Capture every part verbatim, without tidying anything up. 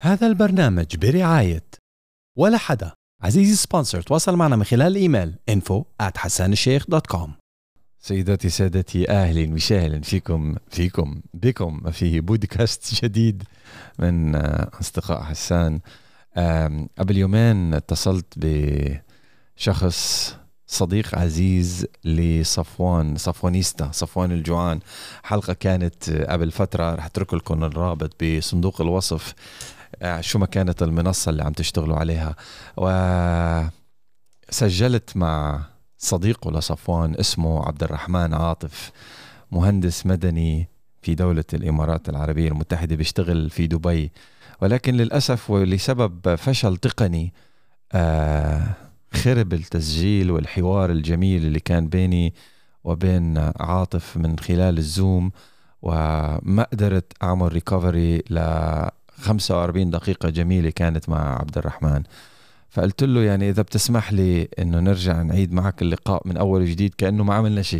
هذا البرنامج برعاية ولا حدا. عزيزي سبونسر تواصل معنا من خلال الإيميل info at حسان الشيخ دوت كوم. سيداتي سادتي أهلا وسهلا فيكم فيكم بكم في بودكاست جديد من أصدقاء حسان. قبل يومين اتصلت بشخص صديق عزيز لصفوان صفوانيستا صفوان الجوعان. حلقة كانت قبل فترة، رح اترك لكم الرابط بصندوق الوصف شو ما كانت المنصة اللي عم تشتغلوا عليها. وسجلت مع صديقه لصفوان اسمه عبد الرحمن عاطف، مهندس مدني في دولة الإمارات العربية المتحدة، بيشتغل في دبي، ولكن للأسف ولسبب فشل تقني آه خرب التسجيل والحوار الجميل اللي كان بيني وبين عاطف من خلال الزوم، وما قدرت أعمل ريكوفري ل خمسة وأربعين دقيقة جميلة كانت مع عبد الرحمن. فقلت له يعني إذا بتسمح لي إنه نرجع نعيد معك اللقاء من أول وجديد كأنه ما عملنا شيء.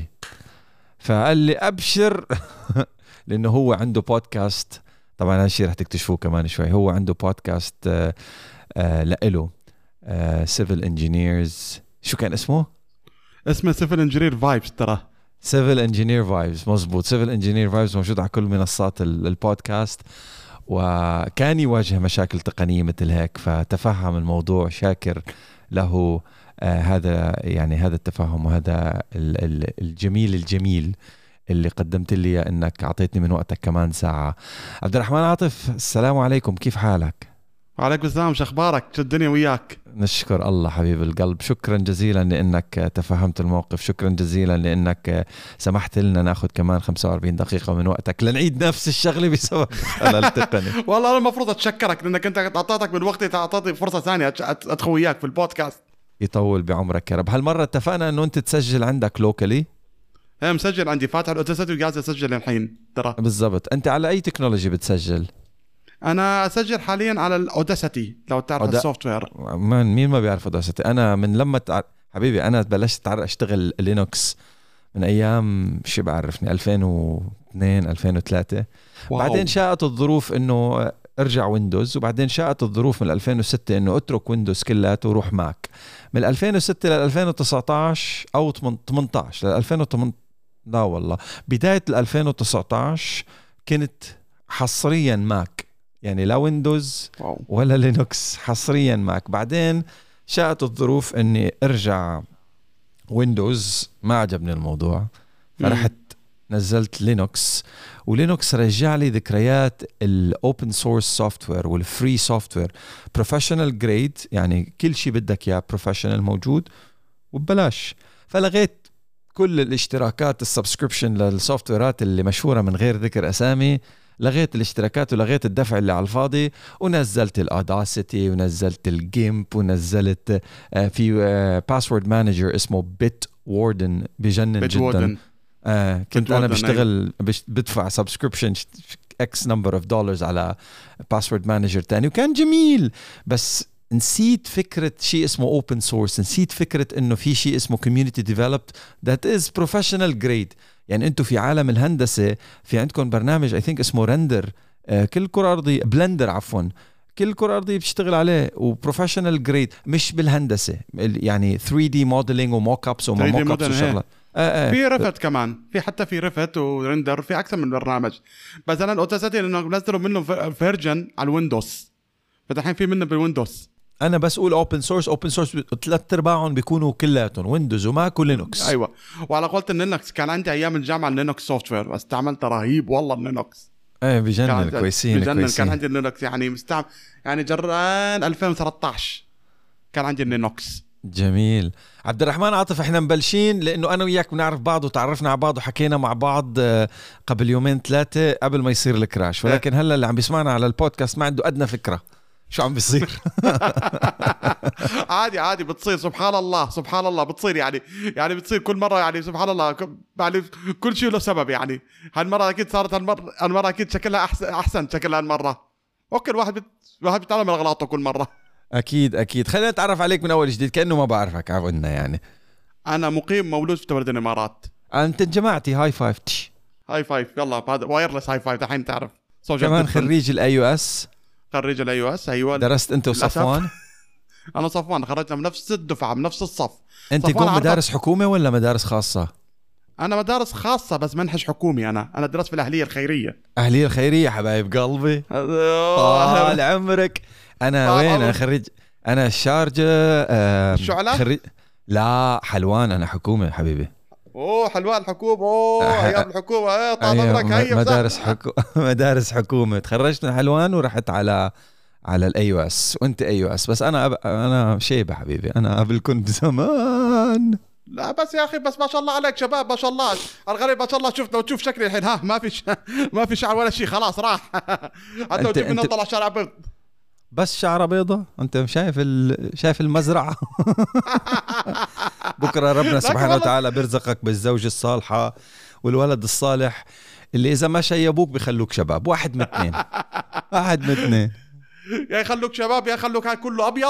فقال لي أبشر لأنه هو عنده بودكاست، طبعا هالشي رح تكتشفوه كمان شوي. هو عنده بودكاست آه آه لإله آه Civil Engineers، شو كان اسمه؟ اسمه Civil Engineer Vibes. ترى Civil Engineer Vibes مزبوط. Civil Engineer Vibes موجود على كل منصات البودكاست، وكان يواجه مشاكل تقنية مثل هيك، فتفهم الموضوع. شاكر له آه هذا يعني هذا التفاهم وهذا الجميل الجميل اللي قدمت لي انك اعطيتني من وقتك كمان ساعة. عبد الرحمن عاطف، السلام عليكم، كيف حالك؟ وعليكم السلام، شو اخبارك؟ شو الدنيا وياك؟ نشكر الله حبيب القلب. شكرا جزيلا لانك تفهمت الموقف، شكرا جزيلا لانك سمحت لنا ناخذ كمان خمسة وأربعين دقيقة من وقتك لنعيد نفس الشغلة بسبب خلل تقني. والله انا المفروض اتشكرك لانك انت اعطيتك من وقتي، تعطيني فرصة ثانية ادخل وياك في البودكاست. يطول بعمرك يا رب. هالمرة اتفقنا انه انت تسجل عندك لوكالي. ايه مسجل عندي، فاتح الاوداسيتي وقاعد اسجل الحين. ترى بالضبط. انت على اي تكنولوجي بتسجل؟ انا اسجل حاليا على الاوداسيتي، لو تعرف أودا... السوفت وير. من مين ما بيعرف اوداسيتي؟ انا من لما تع... حبيبي انا بلشت اشتغل لينوكس من ايام شو بعرفني ألفين واثنين ألفين وثلاثة. واو. بعدين شاءت الظروف انه ارجع ويندوز، وبعدين شاءت الظروف من ألفين وستة انه اترك ويندوز كلاته وروح ماك. من ألفين وستة ل ألفين وتسعة عشر او ثمانية عشر ل ألفين وثمانية عشر، لا والله بداية ألفين وتسعة عشر كنت حصريا ماك، يعني لا ويندوز واو. ولا لينوكس، حصريا ماك. بعدين شاءت الظروف اني ارجع ويندوز، ما عجبني الموضوع، فرحت نزلت لينوكس. ولينوكس رجع لي ذكريات الاوبن سورس سوفتوير والفري سوفتوير، بروفيشنال جريد، يعني كل شيء بدك اياه بروفيشنال موجود وببلاش. فلغيت كل الاشتراكات السبسكريبشن للسوفتويرات اللي مشهورة من غير ذكر اسامي، لغيت الاشتراكات ولغيت الدفع اللي على الفاضي، ونزلت الأوداسيتي ونزلت الجيمب ونزلت في باسورد مانجر اسمه بيت ووردن، بجنن بيت جدا. ووردن. آه كنت أنا بشتغل بدفع سبسكريبشن اكس نمبر اوف دولارز على باسورد مانجر تاني، وكان جميل. بس نسيت فكرة شيء اسمه open source، نسيت فكرة انه في شيء اسمه community developed that is professional grade. يعني انتو في عالم الهندسة في عندكم برنامج I think اسمه رندر، آه كل كرة أرضية بلندر عفوا كل كرة أرضية بتشتغل عليه، وبروفيشنال جريد، مش بالهندسة يعني ثري دي modeling وموك ابس وموك ابس وشغلة. آه آه. في ريفت كمان، في حتى في ريفت ورندر، في أكثر من برنامج. بس أنا الأوتوسيتي لأنه بنزلوا منه فيرجن على الويندوز، فتحين في منه بالويندوز. انا بس اقول اوبن سورس، اوبن سورس ثلاث ارباعهم بيكونوا كلاتهم ويندوز وماك ولينوكس. ايوه. وعلى قولة اللينوكس كان عندي ايام الجامعه اللينوكس سوفت وير، استعملته رهيب والله اللينوكس. ايه بجنن، كويسين بجنن. كويسين. كان عندي اللينوكس يعني مستعمل يعني جران ألفين وثلاثة عشر كان عندي اللينوكس. جميل. عبد الرحمن عاطف، احنا مبلشين لانه انا وياك بنعرف بعض وتعرفنا على بعض وحكينا مع بعض قبل يومين ثلاثه قبل ما يصير الكراش، ولكن هلا اللي عم بيسمعنا على البودكاست ما عنده ادنى فكره شو عم بيصير. عادي عادي بتصير، سبحان الله سبحان الله بتصير، يعني يعني بتصير كل مرة، يعني سبحان الله يعني كل شيء له سبب. يعني هالمرة أكيد صارت هالمرة هالمرة أكيد شكلها أحسن أحسن شكلها هالمرة. أوكي الواحد بت... الواحد بيتعلم من أغلاطه كل مرة. أكيد أكيد. خلينا نتعرف عليك من أول جديد كأنه ما بعرفك عودنا. يعني أنا مقيم مولود في بلد الإمارات. أنت جماعتي هاي فايف تش. هاي فايف يلا، هذا وايرلس هاي فايف الحين تعرف. كمان خريج الاي او اس. خريج الاي يو اس. ايوه درست انت وصفوان؟ انا صفوان خرجنا من نفس الدفعه من نفس الصف. انت قوم مدارس حكومه ولا مدارس خاصه؟ انا مدارس خاصه بس منهج حكومي. انا انا درست في الاهليه الخيريه. اهليه الخيريه حبايب قلبي طال عمرك. انا وين انا خريج انا الشارجه. آه الشعلة خريج لا حلوان. انا حكومه حبيبي. اوه حلوان حكومه. اوه ايام الحكومه. ايه طال عمرك. هي مدارس حكو... مدارس حكومه. تخرجت من حلوان ورحت على على الاي يو اس. وانت اي يو اس. بس انا أب... انا شيبه حبيبي. انا قبلكم بزمان. لا بس يا اخي بس ما شاء الله عليك شباب ما شاء الله. الغريب ما شاء الله. شوف لو تشوف شكلي الحين ها ما في ش... ما في شعر ولا شيء خلاص راح. حتى لو جبنا طلع شعر بيض بس شعره بيضة. انت شايف ال... شايف المزرعه. بكره ربنا سبحانه وتعالى بيرزقك بالزوجه الصالحه والولد الصالح اللي اذا ما شيبوك بيخلوك شباب. واحد من اثنين. واحد من اثنين. يا يخلوك شباب يا يخلوك هاي كله ابيض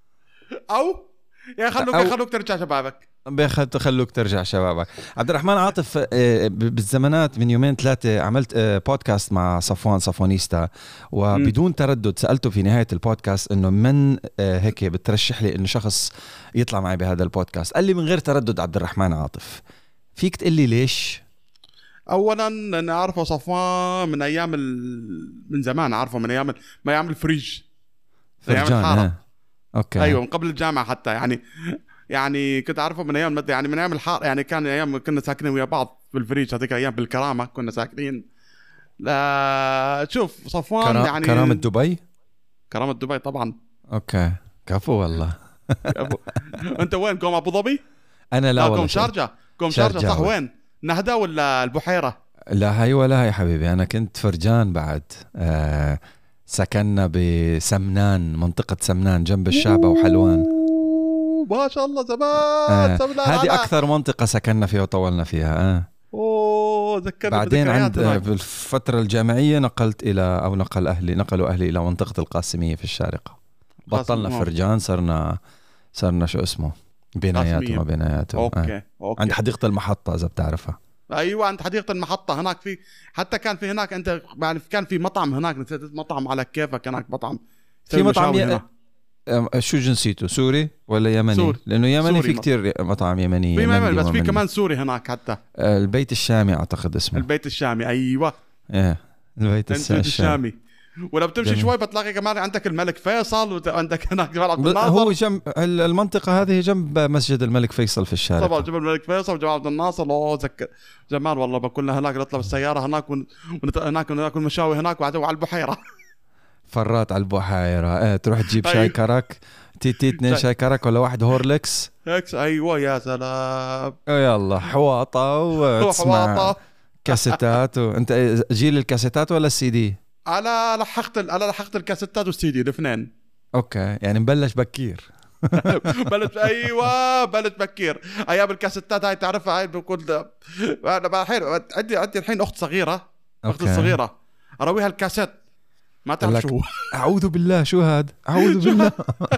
او يا يخلوك أو... يخلوك ترجع شبابك. بيخلوك ترجع شبابك. عبد الرحمن عاطف بالزمانات من يومين ثلاثة عملت بودكاست مع صفوان صفوانيستا وبدون تردد سألته في نهاية البودكاست انه من هيك بترشح لي انه شخص يطلع معي بهذا البودكاست. قال لي من غير تردد عبد الرحمن عاطف. فيك تقول لي ليش؟ اولا انا اعرفه صفوان من ايام ال... من زمان اعرفه من ايام ما يعمل فريج فرجان. اوكي ايوه من قبل الجامعة حتى يعني يعني كنت أعرفه من أيام المادة يعني من أيام الحار يعني كان أيام كنا ساكنين ويا بعض بالفريج هذيك أيام بالكرامة كنا ساكنين. لا شوف صفوان كرا... يعني كرامة دبي. كرامة دبي طبعا. أوكي كفو والله. كفو. أنت وين قوم أبو ظبي؟ أنا لا والله قوم شارجة. قوم شارجة صح. وين نهدا ولا البحيرة؟ لا هاي ولا هاي حبيبي. أنا كنت فرجان بعد. آه سكننا بسمنان منطقة سمنان جنب الشعبة وحلوان. ما شاء الله زمان. آه. هذه أكثر منطقة سكننا فيها وطولنا فيها. آه. أوه ذكرني. بعدين عند بالفترة الجامعية نقلت إلى أو نقل أهلي نقلوا أهلي إلى منطقة القاسمية في الشارقة. بطلنا فرجان صرنا صرنا شو اسمه بنايات وما بنايات. أوكي. آه. أوكي. عند حديقة المحطة إذا بتعرفها. أيوة عند حديقة المحطة هناك في حتى كان في هناك أنت يعني كان في مطعم هناك نسيت مطعم على كيفك هناك مطعم في مطعم ي... شو جنسيته سوري ولا يمني؟ سوري. لأنه يمني في كتير مطعم يمني. في يمني بس في كمان سوري هناك حتى. البيت الشامي أعتقد اسمه. البيت الشامي أيوة. إيه البيت الشامي. الشامي. ولا بتمشي جميل. شوي بتلاقي كمان عندك الملك فيصل وعندك هناك جمال عبد الناصر. هو جنب المنطقة هذه جنب مسجد الملك فيصل في الشارع. طبعا جنب الملك فيصل وجمال عبد الناصر. أوه ذكر جمال والله بكلنا هناك نطلع بالسيارة هناك ون... هناك وناكل مشاوي هناك وعلى البحيرة. فرات على البحيرة. ايه تروح تجيب شاي كرك تي تي اثنين شاي كرك ولا واحد هورلكس. هيكس ايوه يا سلام. يلا حواطة وتسمع كاسيتات و... انت جيل الكاسيتات ولا السي دي؟ انا لحقت انا لحقت الكاسيتات والسي دي الاثنين. اوكي يعني مبلش بكير. بلش ايوه بلش بكير. ايام الكاسيتات هاي تعرفها هاي بقول انا الحين عندي عندي الحين اخت صغيره. اختي الصغيره ارويها الكاسيت ما تعرف شو. اعوذ بالله شو هاد اعوذ بالله.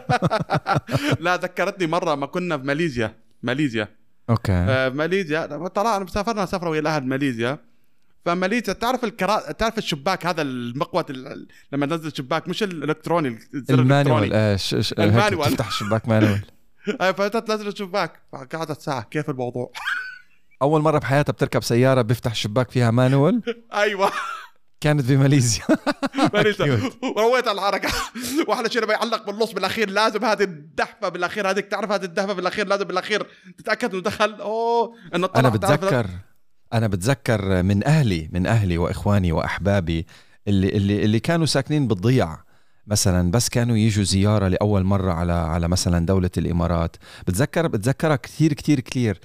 لا ذكرتني مره ما كنا في ماليزيا. ماليزيا اوكي. آه ماليزيا طلعنا سافرنا سفره ويا الاهل ماليزيا. فماليزيا تعرف الكرا... تعرف الشباك هذا المقوت ال... لما تنزل شباك مش الالكتروني المانيوال. ايش ايش المانيوال تفتح الشباك مانوال. اي فتنزل الشباك قعدت ساعه كيف الموضوع. اول مره بحياتها بتركب سياره بيفتح الشباك فيها مانوال. ايوه كانت في ماليزيا. ماليزيا ورويت على الحركه. واحلى شيء بيعلق بالنص بالاخير لازم هذه الدحفه بالاخير هذيك تعرف هذه الدحفه بالاخير لازم بالاخير تتاكد انه دخل. اوه انه انا بتذكر انا بتذكر من اهلي من اهلي واخواني واحبابي اللي اللي اللي كانوا ساكنين بالضيع مثلا بس كانوا يجوا زياره لاول مره على على مثلا دوله الامارات. بتذكر بتذكرها كثير كثير كثير.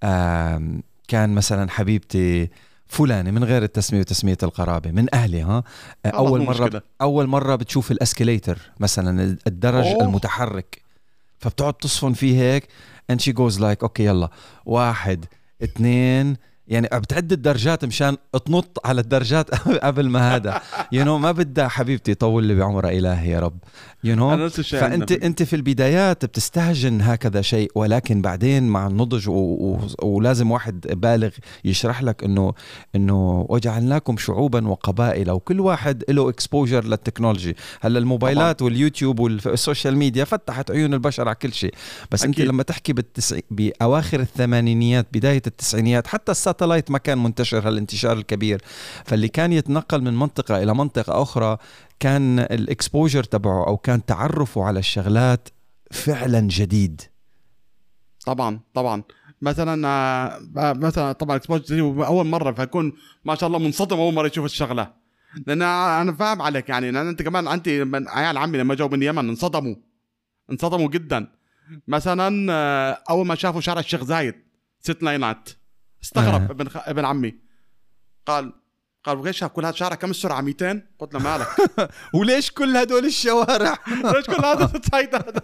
كان مثلا حبيبتي فلانة من غير التسمية وتسمية القرابة من أهلي ها أول مرة كده. أول مرة بتشوف الأسكيليتر مثلا الدرج أوه. المتحرك فبتقعد تصفن فيه هيك and she goes like أوكي يلا واحد اثنين يعني بتعد الدرجات مشان تنط على الدرجات قبل ما هذا يو you know ما بدها حبيبتي طول لي بعمرها إلهي يا رب يو you know فأنت أنت في البدايات بتستهجن هكذا شيء ولكن بعدين مع النضج و... و... ولازم واحد بالغ يشرح لك إنه إنه وجعلناكم شعوبا وقبائل وكل واحد له اكسبوجر للتكنولوجي. هلا الموبايلات طبعا. واليوتيوب والسوشيال ميديا فتحت عيون البشر على كل شيء بس أكيد. أنت لما تحكي بالتسع... بأواخر الثمانينيات بداية التسعينيات حتى الساتلايت ما كان منتشر هالانتشار الكبير فاللي كان يتنقل من منطقة إلى منطقة أخرى كان الإكسبوجر تبعه أو كان تعرفه على الشغلات فعلا جديد. طبعا طبعا مثلا مثلا طبعا إكسبوجر أول مرة فيكون ما شاء الله منصدم أول مرة يشوف الشغلة لأن أنا فاهم عليك يعني لأن أنت كمان أنت من عيال عمي لما جاوا من اليمن انصدموا انصدموا جدا. مثلا أول ما شافوا شارع الشيخ زايد ست لاينات استغرب آه. ابن خ... ابن عمي قال قال ليش كل هذا الشارع كم السرعه مئتين؟ قلت له مالك وليش كل هدول الشوارع ليش كل هذا السايدات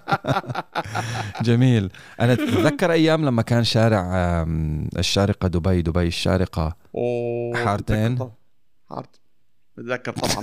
جميل. انا اتذكر ايام لما كان شارع الشارقه دبي دبي الشارقه حارتين حارت متذكر طبعا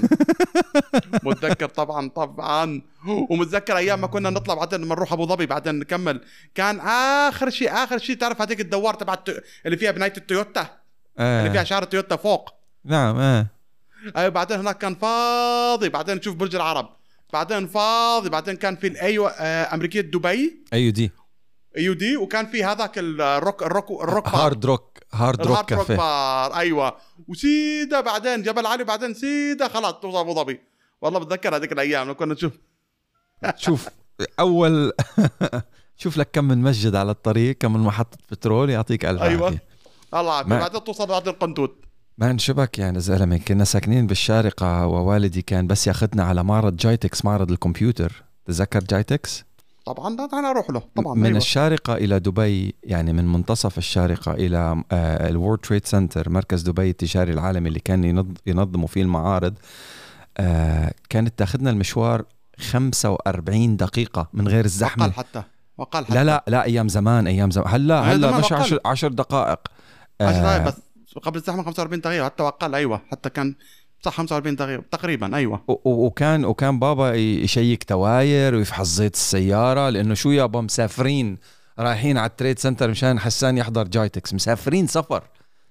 متذكر طبعا طبعا ومتذكر ايام ما كنا نطلع بعدين لما نروح ابو ظبي بعدين نكمل كان اخر شيء اخر شيء تعرف هذيك الدوار تبع اللي فيها بنايه التويوتا آه. اللي فيها شارع التويوتا فوق نعم اه ايوه بعدين هناك كان فاضي بعدين نشوف برج العرب بعدين فاضي بعدين كان في الايوه آه امريكيه دبي ايو دي ايو دي وكان في هذاك الروك الروك الروك بار. هارد روك هارد روك كافيه بار. ايوه وسيده بعدين جبل علي بعدين سيده خلاص توصل ابو ظبي. والله بتذكر هذيك الايام لو كنا نشوف شوف اول شوف لك كم من مسجد على الطريق كم من محطه بترول يعطيك الف ايوه عافيه. الله يعافيك بعدين توصل بعد القنطوط ما انشبك يعني زلمه. كنا ساكنين بالشارقه ووالدي كان بس ياخذنا على معرض جايتكس معرض الكمبيوتر. تذكر جايتكس؟ طبعا انا اروح له طبعا من أيوة. الشارقه الى دبي يعني من منتصف الشارقه الى الورد تريد سنتر مركز دبي التجاري العالمي اللي كان ينظموا فيه المعارض كانت تاخذنا المشوار خمسة وأربعين دقيقه من غير الزحمه وقال حتى وقال حتى لا لا لا ايام زمان ايام زمان هلا هلا مش عشر, عشر دقائق عشر دقائق بس قبل الزحمه خمسة وأربعين دقيقه حتى وقال ايوه حتى كان صح خمسة وأربعين دقيقة تقريبا أيوة. وكان وكان بابا يشيك تواير ويفحص زيت السيارة لأنه شو يابا مسافرين رايحين على التريد سنتر مشان حسان يحضر جايتكس مسافرين سفر.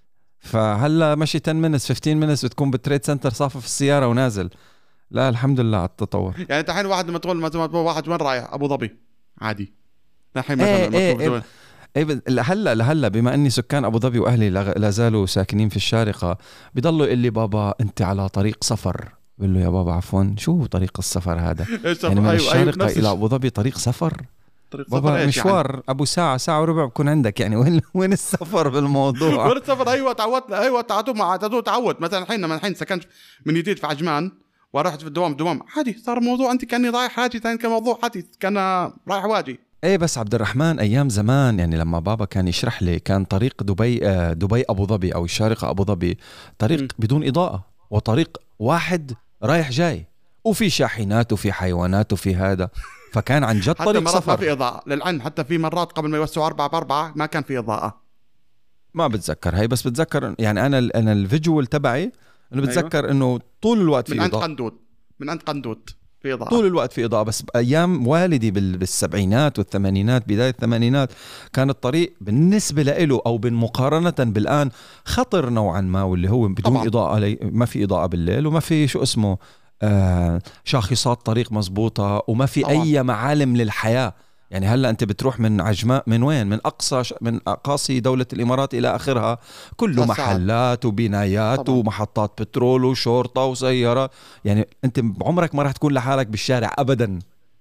فهلا مشي عشرة مينتس خمستاشر مينتس بتكون بالتريد سنتر صافي في السيارة ونازل. لا الحمد لله على التطور. يعني أنت الحين واحد لما تقول ما واحد وين رايح أبو ظبي عادي الحين مثلا ايه ايه ايه لهلا لهلا بما اني سكان ابو ظبي واهلي لا زالوا ساكنين في الشارقه بيضلوا يقول لي بابا انت على طريق سفر. بقول له يا بابا عفوا شو طريق السفر هذا؟ يعني من أيوة الشارقه أيوة الى ابو ظبي طريق سفر؟ طريق بابا سفر مشوار يعني؟ ابو ساعه ساعه وربع بكون عندك يعني وين وين السفر بالموضوع؟ وين السفر؟ ايوه تعودنا ايوه تعودوا مع تعودوا تعود مثلا الحين لما الحين سكنت من جديد في عجمان ورحت في الدوام دوام عادي صار الموضوع انت كاني رايح حاجي ثاني كان موضوع عادي كان رايح واجي. ايه بس عبد الرحمن ايام زمان يعني لما بابا كان يشرح لي كان طريق دبي آه دبي ابو ظبي او الشارقه ابو ظبي طريق م. بدون اضاءه وطريق واحد رايح جاي وفي شاحنات وفي حيوانات وفي هذا فكان عن جد طريق سفر. حتى مرات ما في اضاءه للعلم حتى في مرات قبل ما يوسعوا أربعة بأربعة ما كان في اضاءه. ما بتذكر هاي بس بتذكر يعني انا انا الفيجوال تبعي انه بتذكر أيوة. انه طول الوقت في من اضاءه عند قندود من عند قندود في إضاءة. طول الوقت في إضاءة. بس أيام والدي بالسبعينات والثمانينات بداية الثمانينات كان الطريق بالنسبة له أو بالمقارنة بالآن خطر نوعا ما واللي هو بدون طبعا. إضاءة ما في إضاءة بالليل وما في شو اسمه آه شاخصات طريق مزبوطة وما في طبعا. أي معالم للحياة. يعني هلا انت بتروح من عجماء من وين من اقصى ش... من اقاصي دوله الامارات الى اخرها كله محلات وبنايات طبعا. ومحطات بترول وشرطه وسيارات. يعني انت بعمرك ما راح تكون لحالك بالشارع ابدا.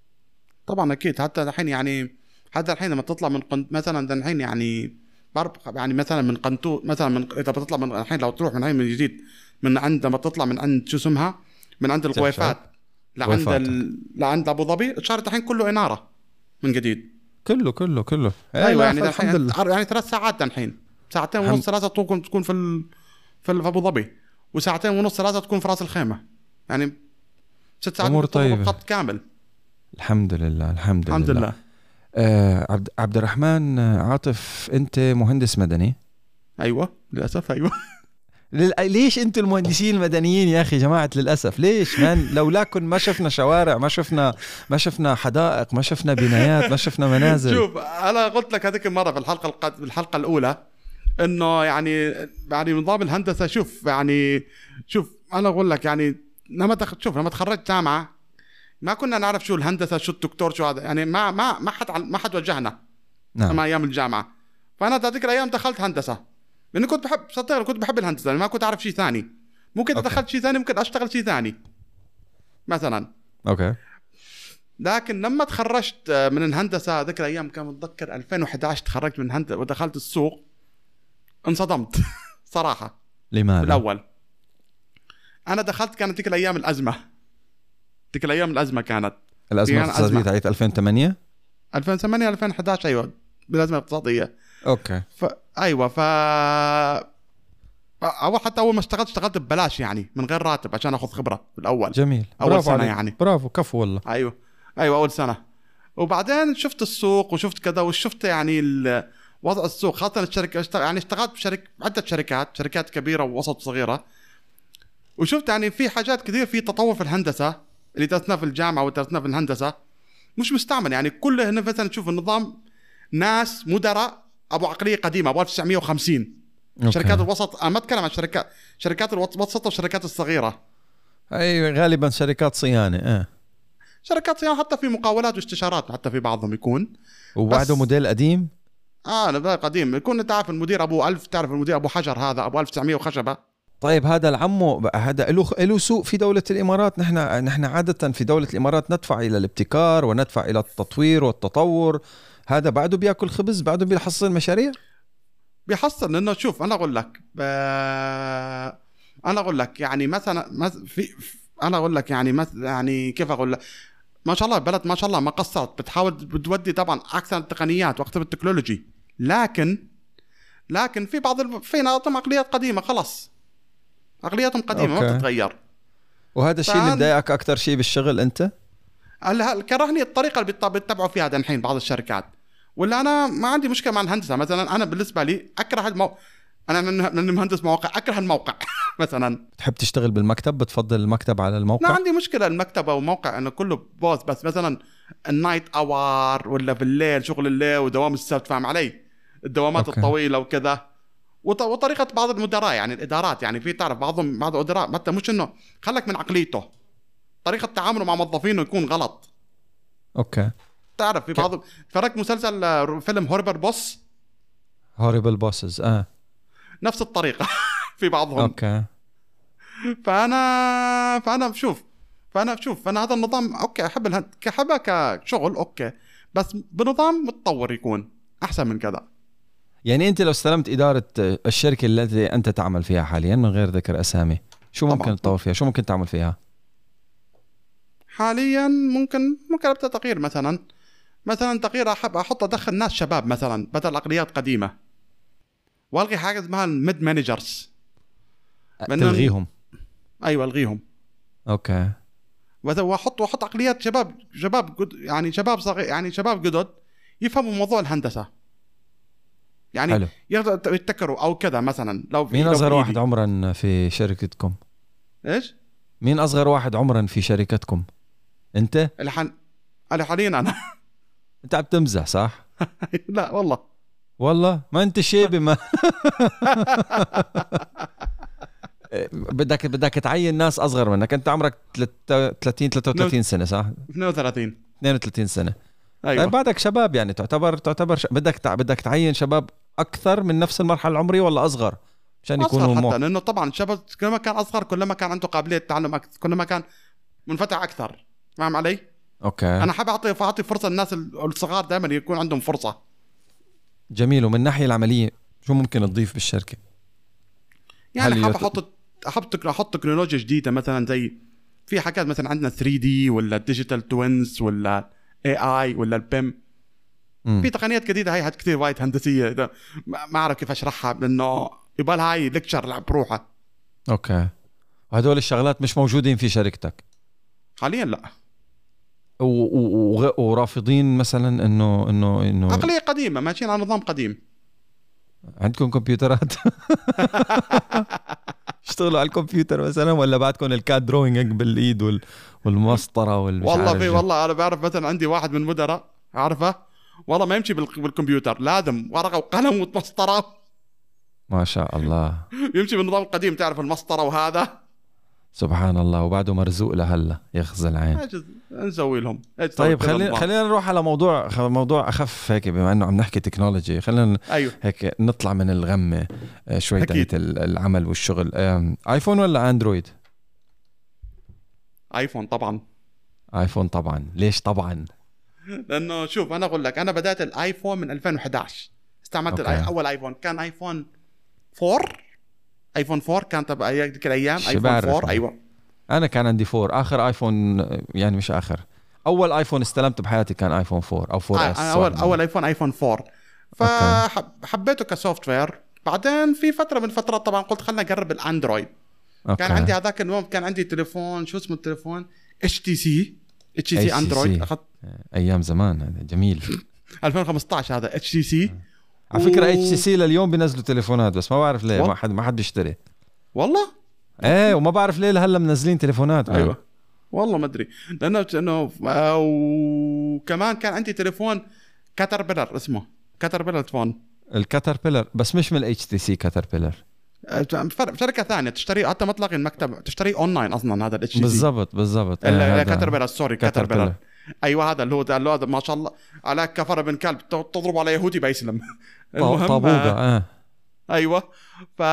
طبعا اكيد حتى الحين يعني حتى الحين لما تطلع من قن... مثلا الحين يعني برب يعني مثلا من قنطو مثلا من اذا بتطلع من الحين لو تروح من هاي من جديد من عند لما تطلع من عند شو اسمها من عند القويفات لعند ال... لعند ابو ظبي الشارع الحين كله اناره من جديد كله كله كله ايوه يعني الحمد لله يعني ثلاث ساعات الحين ساعتين ونص ثلاثه تكون تكون في ال... في ابو ظبي وساعتين ونص ثلاثه تكون في راس الخيمه يعني ست ساعات طيب خط كامل الحمد لله الحمد, الحمد لله, لله. آه عبد عبد الرحمن عاطف انت مهندس مدني ايوه للاسف ايوه. لل... ليش انتوا المهندسين المدنيين يا اخي جماعه للاسف ليش مان لولاكن ما شفنا شوارع ما شفنا ما شفنا حدائق ما شفنا بنايات ما شفنا منازل. شوف انا قلت لك هذيك المره في الحلقه القد... في الحلقه الاولى انه يعني يعني نظام الهندسه شوف يعني شوف انا اقول لك يعني لما تخ... شوف لما تخرجت جامعه ما كنا نعرف شو الهندسه شو الدكتور شو هذا يعني ما ما ما حد ما حد وجهنا. نعم. اما ايام الجامعه فانا ذيك الايام دخلت هندسه لاني كنت بحب صدقني كنت بحب الهندسه يعني ما كنت اعرف شيء ثاني ممكن اذا دخلت شيء ثاني ممكن اشتغل شيء ثاني مثلا. اوكي. لكن لما تخرجت من الهندسه ذيك الايام كان متذكر ألفين وإحدى عشر تخرجت من الهندسه ودخلت السوق انصدمت صراحه. لماذا؟ بالاول انا دخلت كانت ذيك الايام الازمه ذيك الايام الازمه كانت الازمه الاقتصاديه تاعت ألفين وثمانية ألفين وثمانية ألفين وإحدى عشر ايوه بالازمه الاقتصاديه. اوكي. ف... ايوه ف اول حتى اول ما اشتغلت اشتغلت ببلاش يعني من غير راتب عشان اخذ خبره بالاول. جميل. اول سنه عليك. يعني برافو كفو والله. ايوه ايوه اول سنه وبعدين شفت السوق وشفت كذا وشفت يعني وضع السوق خاصه الشركه اشتغل يعني اشتغلت بشركه عده شركات شركات كبيره ووسط وصغيره وشفت يعني في حاجات كثير في تطور في الهندسه اللي درسناه في الجامعه ودرسناه في الهندسه مش مستعمل يعني كله هنا مثلا تشوف النظام ناس مدراء ابو عقليه قديمه ابو ألف وتسعمية وخمسين. أوكي. شركات الوسط انا ما اتكلم عن شركات شركات الوسط والشركات الصغيره. اي غالبا شركات صيانه اه شركات صيانه حتى في مقاولات واستشارات حتى في بعضهم يكون وبعده موديل قديم. اه انا قديم يكون انت عارف المدير ابو ألف تعرف المدير ابو حجر هذا ابو ألف وتسعمية وخشبه. طيب هذا العمو هذا له له سوق في دولة الإمارات. نحن نحن عادة في دولة الإمارات ندفع إلى الابتكار وندفع إلى التطوير والتطور. هذا بعده بياكل خبز بعده بيحصل مشاريع بيحصل لأنه شوف أنا أقول لك ب... أنا أقول لك يعني مثلا في أنا أقول لك يعني مثلا يعني كيف أقول لك ما شاء الله البلد ما شاء الله ما قصرت بتحاول بتودي طبعا أحسن التقنيات وأكثر التكنولوجي لكن لكن في بعض ال... في ناطم عقليات قديمة خلاص عقلياتهم قديمة أوكي. ما بتتغير. وهذا الشيء فأن... اللي مضايقك أكثر شيء بالشغل أنت؟ كرهني الطريقة اللي بيتبعوا فيها هذا الحين بعض الشركات ولا أنا ما عندي مشكلة مع الهندسة مثلا أنا بالنسبة لي أكره المو... أنا من مهندس مواقع أكره الموقع مثلا. تحب تشتغل بالمكتب بتفضل المكتب على الموقع؟ ما عندي مشكلة المكتب أو موقع أنه كله بوز بس مثلا النايت أوار ولا في الليل شغل الليل ودوام السبت فاهم علي الدوامات أوكي. الطويلة وكذا وط... وطريقة بعض المدراء يعني الإدارات يعني في تعرف بعضهم بعض الإدارات متى مش إنه خلك من عقليته طريقة تعامله مع موظفينه يكون غلط. اوكي. تعرف في بعض فرق مسلسل فيلم هوربر بوس هوريبل بوسز اه نفس الطريقة في بعضهم. اوكي. فانا فانا بشوف فانا بشوف فانا هذا النظام اوكي احب الهند كحبه كشغل اوكي بس بنظام متطور يكون احسن من كذا. يعني انت لو استلمت ادارة الشركة التي انت تعمل فيها حاليا من غير ذكر اسامي شو ممكن طبعا. تطور فيها شو ممكن تعمل فيها حاليا؟ ممكن ممكن ابدا تغيير مثلا مثلا تغيير احب احط ادخل ناس شباب مثلا بدل عقليات قديمه والغي حاجه اسمها الميد مانجرز تلغيهم. ايوه الغيهم. اوكي. واحط واحط عقليات شباب شباب جد يعني شباب صغير يعني شباب جدد يفهموا موضوع الهندسه يعني يتذكروا او كذا مثلا. لو مين اصغر واحد عمرا في شركتكم؟ ايش مين اصغر واحد عمرا في شركتكم؟ انت؟ اللي حن... اللي حاليا انا. انت عم تمزح صح؟ لا والله والله ما انت شيبي ما بدك بدك تعين ناس اصغر منك. انت عمرك ثلاثين ثلاثة وثلاثين سنه صح؟ اثنين وثلاثين اثنين وثلاثين سنه. ايوه طيب بعدك شباب يعني تعتبر تعتبر ش... بدك تع... بدك تعين شباب اكثر من نفس المرحله العمريه ولا اصغر عشان يكونوا مو... حتى لانه طبعا الشباب كل ما كان اصغر كل ما كان عنده قابليه تعلم اكثر كل ما كان منفتح اكثر فاهم علي؟ اوكي. انا حاب اعطي اعطي فرصه للناس الصغار دائما يكون عندهم فرصه. جميل. ومن الناحيه العمليه شو ممكن تضيف بالشركه؟ يعني حاب احط احط احط تكنولوجيا جديده مثلا زي في حاجات مثلا عندنا ثري دي ولا ديجيتال توينز ولا اي اي ولا البيم. في تقنيات جديده هاي كثير وايد هندسيه ما اعرف كيف اشرحها لانه يبقى لها هاي ليكتشر لعب بروحها. اوكي. وهدول الشغلات مش موجودين في شركتك حاليا؟ لا. و... و... ورافضين مثلا انه انه انه عقليه قديمه ماشيين على نظام قديم. عندكم كمبيوترات؟ اشتغلوا على الكمبيوتر مثلا ولا بعدكم الكاد دروينج بالايد وال... والمسطره والمش والله في والله انا بعرف مثلا عندي واحد من مدراء عارفه والله ما يمشي بالكمبيوتر، لازم ورقه وقلم ومسطره. ما شاء الله. يمشي بالنظام القديم، تعرف المسطره وهذا. سبحان الله، وبعده مرزوق لهلا يخزى العين. نسوي لهم. طيب خلينا خلينا نروح على موضوع موضوع اخف هيك، بما انه عم نحكي تكنولوجي. خلينا أيوه. هيك نطلع من الغمه شوي تاعت العمل والشغل. ايفون ولا اندرويد؟ ايفون طبعا. ايفون طبعا. ليش طبعا؟ لانه شوف انا اقول لك، انا بدأت الايفون من ألفين وإحدى عشر. استعملت الآي... اول ايفون كان ايفون فور. ايفون فور كان تبع ذيك الايام. ايفون فور. ايوه انا كان عندي فور. اخر ايفون يعني مش اخر، اول ايفون استلمته بحياتي كان ايفون فور او فور آه اس. اول اول ايفون ايفون فور. فحبيته كسوفت وير. بعدين في فتره من فترات طبعا قلت خلنا نجرب الاندرويد. أوكي. كان عندي هذاك اليوم كان عندي تليفون، شو اسمه التليفون؟ اتش تي سي. اتش تي سي اندرويد. اخذت ايام زمان، هذا جميل. ألفين وخمسة عشر هذا اتش تي سي. على فكره اتش تي سي لليوم بينزلوا تليفونات، بس ما بعرف ليه ما حد ما حد بيشتري. والله ايه، وما بعرف ليه لهلا منزلين تليفونات. ايوه والله ما ادري، لانه انه وكمان كان عندي تليفون كاتربيلر، اسمه كاتربيلر فون. الكاتربيلر بس مش من الاتش تي سي. كاتربيلر شركه ثانيه تشتري، حتى ما تلاقي المكتب، تشتري اونلاين اصلا. هذا الاتش تي سي بالضبط بالضبط. كاتربيلر سوري كاتربيلر. ايوه هذا اللي هو ده هذا ما شاء الله على كفر بن كلب، تضرب على يهودي بيسلم. طابوقه. اه ايوه. ف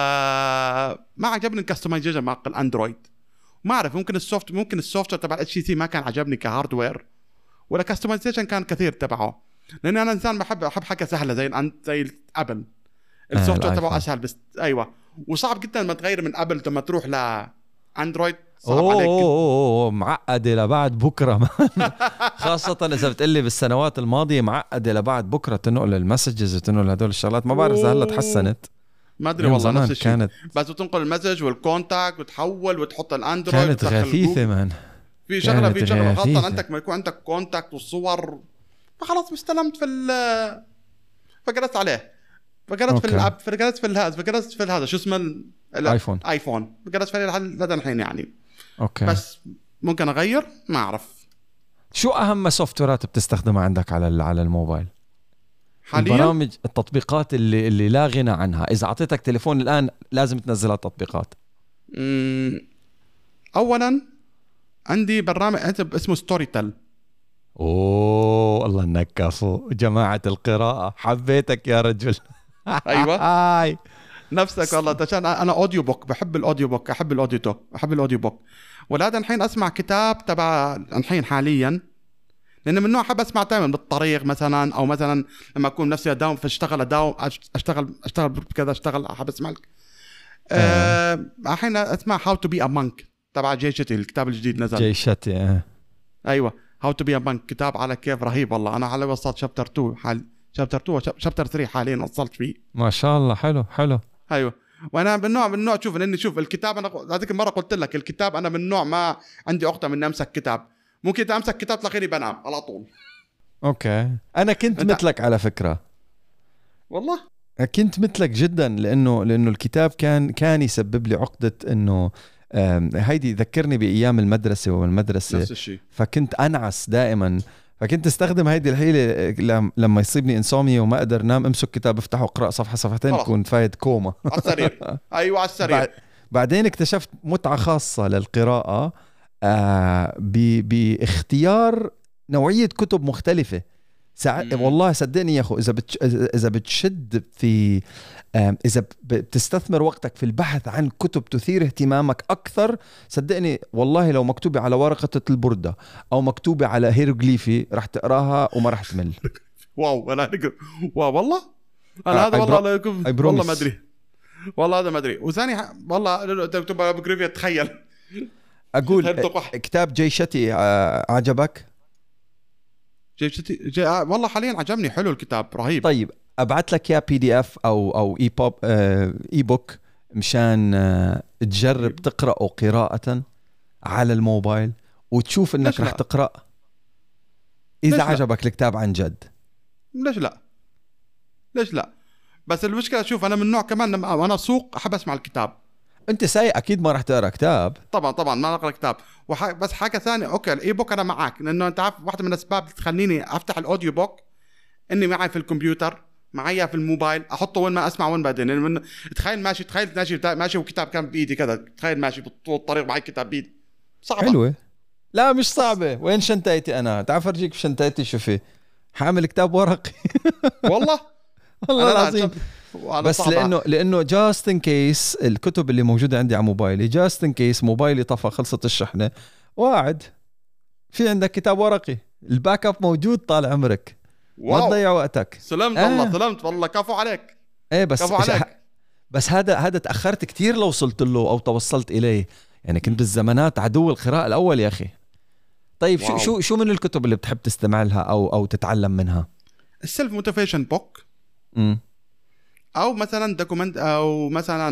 ما عجبني الكستمايزيشن مع الاندرويد. ما اعرف، ممكن السوفت ممكن السوفت تبع الاتش تي سي ما كان عجبني كهاردوير، ولا كستمايزيشن كان كثير تبعه، لان انا انسان بحب احب حاجه سهله زي الان زي ابل. السوفت وير تبعه اسهل بس. ايوه. وصعب جدا لما تغير من ابل لما تروح لاندرويد. صعب أوه عليك. اوه معقده لبعد بكره. خاصه اذا بتقلي بالسنوات الماضيه معقده لبعد بكره، تنقل المسجز وتنقل هدول الشغلات. ما بعرف اذا هلا تحسنت، ما ادري والله. نفس الشيء كانت بس تنقل المسج والكونتاكت وتحول وتحط الاندرويد. كانت غثيثه مان. في شغله في شغله خاصه عندك ما يكون عندك كونتاكت والصور، فخلاص استلمت في ال فجلست عليه. فجلست في الاب فجلست في هذا فجلست في هذا شو اسمه الايفون. ايفون فجلست في لدى الحين يعني. اوكي. بس ممكن اغير، ما اعرف. شو اهم سوفت ويرات بتستخدمها عندك على على الموبايل حاليا؟ البرامج التطبيقات اللي اللي لا غنى عنها. اذا اعطيتك تليفون الان لازم تنزلها تطبيقات. امم اولا عندي برنامج اسمه ستوري تل. اوه الله نكفوا جماعه القراءه، حبيتك يا رجل. ايوه هاي نفسك والله. عشان انا اوديو بوك، بحب الاوديو بوك، احب الاوديو توك، احب الاوديو بوك. ولهذا الحين اسمع كتاب تبع الحين حاليا، لان من نوع احب اسمع دائما بالطريق مثلا، او مثلا لما اكون نفسي اداوم فاشتغل اداوم اشتغل اشتغل كذا اشتغل احب اسمع لك. أه الحين اسمع هاو تو بي ا مونك تبع جاي شتي، الكتاب الجديد نزل. جاي شتي اه. ايوه هاو تو بي ا مونك، كتاب على كيف رهيب والله. انا على وصلت شابتر تو حال شابتر تو شابتر ثري حاليا وصلت فيه. ما شاء الله حلو حلو. ايوه. وانا من نوع من نوع شوف لاني شوف الكتاب، انا هذيك المره قلت لك الكتاب انا من نوع ما عندي عقده من امسك كتاب. ممكن امسك كتاب تلاقيني بنام على طول. اوكي. انا كنت أنت... مثلك على فكره والله كنت مثلك جدا، لانه لانه الكتاب كان كان يسبب لي عقده انه هيدي ذكرني بايام المدرسه والمدرسه نفس الشيء. فكنت انعس دائما، فكنت استخدم هيدي الحيله لما يصيبني انسوميا وما اقدر نام، امسك كتاب افتحه اقرا صفحه صفحتين اكون فايت كوما على السرير. ايوه على السرير. بعدين اكتشفت متعه خاصه للقراءه آه باختيار نوعيه كتب مختلفه. سع... والله صدقني يا اخو، اذا بتش... اذا بتشد في اذا بتستثمر وقتك في البحث عن كتب تثير اهتمامك اكثر، صدقني والله لو مكتوبه على ورقه البرده او مكتوبه على هيروغليفي رح تقراها وما رح تمل. واو انا واو والله انا هذا والله والله ما ادري والله هذا ما ادري. وثاني والله تكتب بجريفيا تخيل اقول كتاب جاي شتي عجبك؟ جاي شتي جاي والله حاليا عجبني، حلو الكتاب رهيب. طيب ابعث لك يا بي دي اف او او اي بوب اي بوك مشان تجرب تقراه قراءه على الموبايل وتشوف انك رح تقرا اذا عجبك الكتاب عن جد. ليش لا ليش لا بس المشكله شوف انا من نوع كمان لما وانا سوق احب اسمع الكتاب. انت سايق اكيد ما راح تقرا كتاب. طبعا طبعا ما اقرا كتاب وح... بس حاجه ثانيه اوكي الاي بوك انا معك لانه انت عارف واحده من الاسباب اللي تخليني افتح الاوديو بوك اني معي في الكمبيوتر معايا في الموبايل احطه وين ما اسمع وين بعدين يعني من... تخيل ماشي تخيل ماشي ماشي وكتاب كان بايدي كذا تخيل ماشي بطول الطريق معي كتاب بايدي صعبه. حلوه. لا مش صعبه. وين شنطتي انا تعال فرجيك شنطتي شو في حامل كتاب ورقي. والله والله العظيم بس لانه لانه جاست ان كيس الكتب اللي موجوده عندي على موبايلي جاست ان كيس موبايلي طفى خلصت الشحنه وقاعد في عندك كتاب ورقي الباك اب موجود طال عمرك واو. ما تضيع وقتك. سلمت آه. والله سلمت والله كفو عليك. ايه بس كفو عليك. بس هذا هذا تاخرت كتير لو وصلت له او توصلت اليه يعني كنت بالزمانات عدو القراءه الاول يا اخي. طيب واو. شو شو شو من الكتب اللي بتحب تستمع لها او او تتعلم منها؟ السيلف موتيفيشن بوك امم او مثلا دوكيمنت او مثلا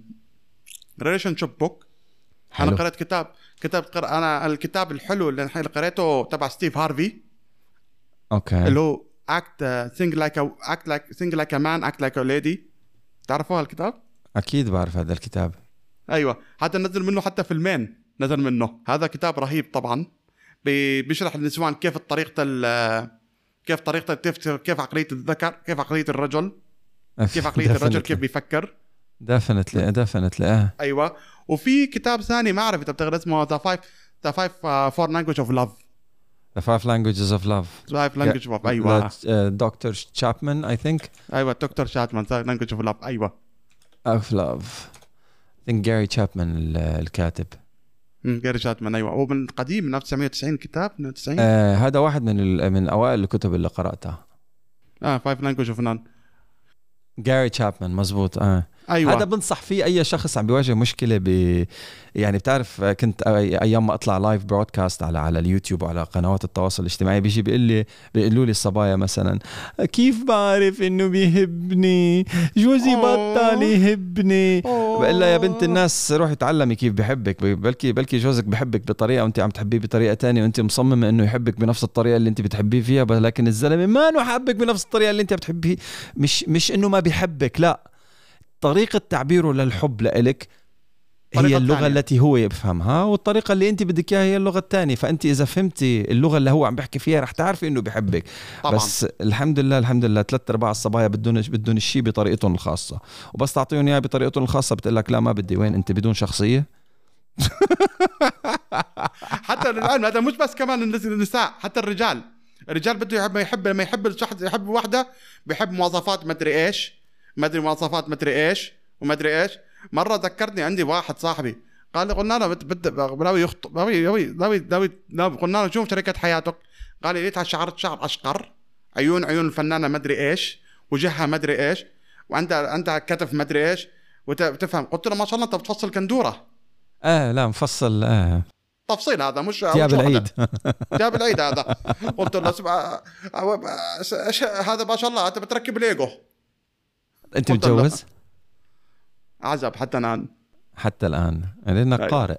ريليشن شيب بوك. انا قرأت كتاب كتاب قرأ انا الكتاب الحلو اللي الحين قريته تبع ستيف هارفي اوكي اللي هو act uh, think like a act like think like a man act like a lady. تعرفوا هالكتاب؟ اكيد بعرف هذا الكتاب. ايوه حتى نزل منه حتى فيلمين نزل منه. هذا كتاب رهيب طبعا بيشرح للنسوان كيف طريقه كيف طريقه كيف عقليه الذكر كيف عقليه الرجل كيف عقليه الرجل كيف بيفكر. دفنتلي دفنتلي اه ايوه. وفي كتاب ثاني ما اعرف اذا بتقرا اسمه The Five The Five uh, Four Languages of Love. The Five Languages of Love. The Five Languages of Love. ايوه. دكتور شابمان I think. ايوه دكتور شابمان The Language of Love. ايوه. Of Love. I think جاري شابمان الكاتب. امم جاري شابمان ايوه. هو من قديم من ألف وتسعمية وتسعين كتاب من تسعين. آه هذا واحد من من اوائل الكتب اللي قراتها. اه Five Languages of Love. جاري شابمان مزبوط اه أيوة. هذا بنصح فيه اي شخص عم بيواجه مشكله ب يعني بتعرف كنت ايام ما اطلع لايف برودكاست على على اليوتيوب وعلى قنوات التواصل الاجتماعي بيجي بيقول لي بيقولوا لي الصبايا مثلا كيف بعرف انه بيحبني جوزي بطل يحبني. بقول لها يا بنت الناس روحي تعلمي كيف بيحبك بلكي بلكي جوزك بيحبك بطريقه وانت عم تحبيه بطريقه تانية وانت مصممه انه يحبك بنفس الطريقه اللي انت بتحبيه فيها لكن الزلمه ما انه حبك بنفس الطريقه اللي انت بتحبيه. مش مش انه ما بيحبك لا طريقة تعبيره للحب لإلك هي اللغة تانية. التي هو يفهمها والطريقة اللي أنت بدك إياها هي اللغة الثانية. فأنت إذا فهمتي اللغة اللي هو عم بيحكي فيها رح تعرفي إنه بيحبك طبعاً. بس الحمد لله الحمد لله ثلاث أرباع الصبايا بدون بدون الشيء بطريقتهم الخاصة وبس تعطيهم إياه بطريقتهم الخاصة بتقلك لا ما بدي. وين أنت بدون شخصية؟ حتى الآن هذا مش بس كمان النساء حتى الرجال الرجال بده يحب يحب لما يحب الشخص يحب واحدة بيحب مواصفات ما أدري إيش ما أدري مواصفات ما أدري إيش وما أدري إيش. مرة ذكرتني عندي واحد صاحبي قال لي قلنا له بد ناوي يخطب ناوي ناوي ناوي ناوي قلنا له شوف شركة حياتك قال لي ليتها شعرت شعر أشقر عيون عيون الفنانة ما أدري إيش وجهها ما أدري إيش وعندها عندها كتف ما أدري إيش وتفهم. قلت له ما شاء الله أنت بتفصل كندورة. آه لا مفصل آه تفصيل هذا مش جاب العيد جاب العيد هذا. قلت له سبع هذا ما شاء الله أنت بتركب ليجو. أنت متجوز؟ عزب حتى الآن حتى الآن لأنك قارئ.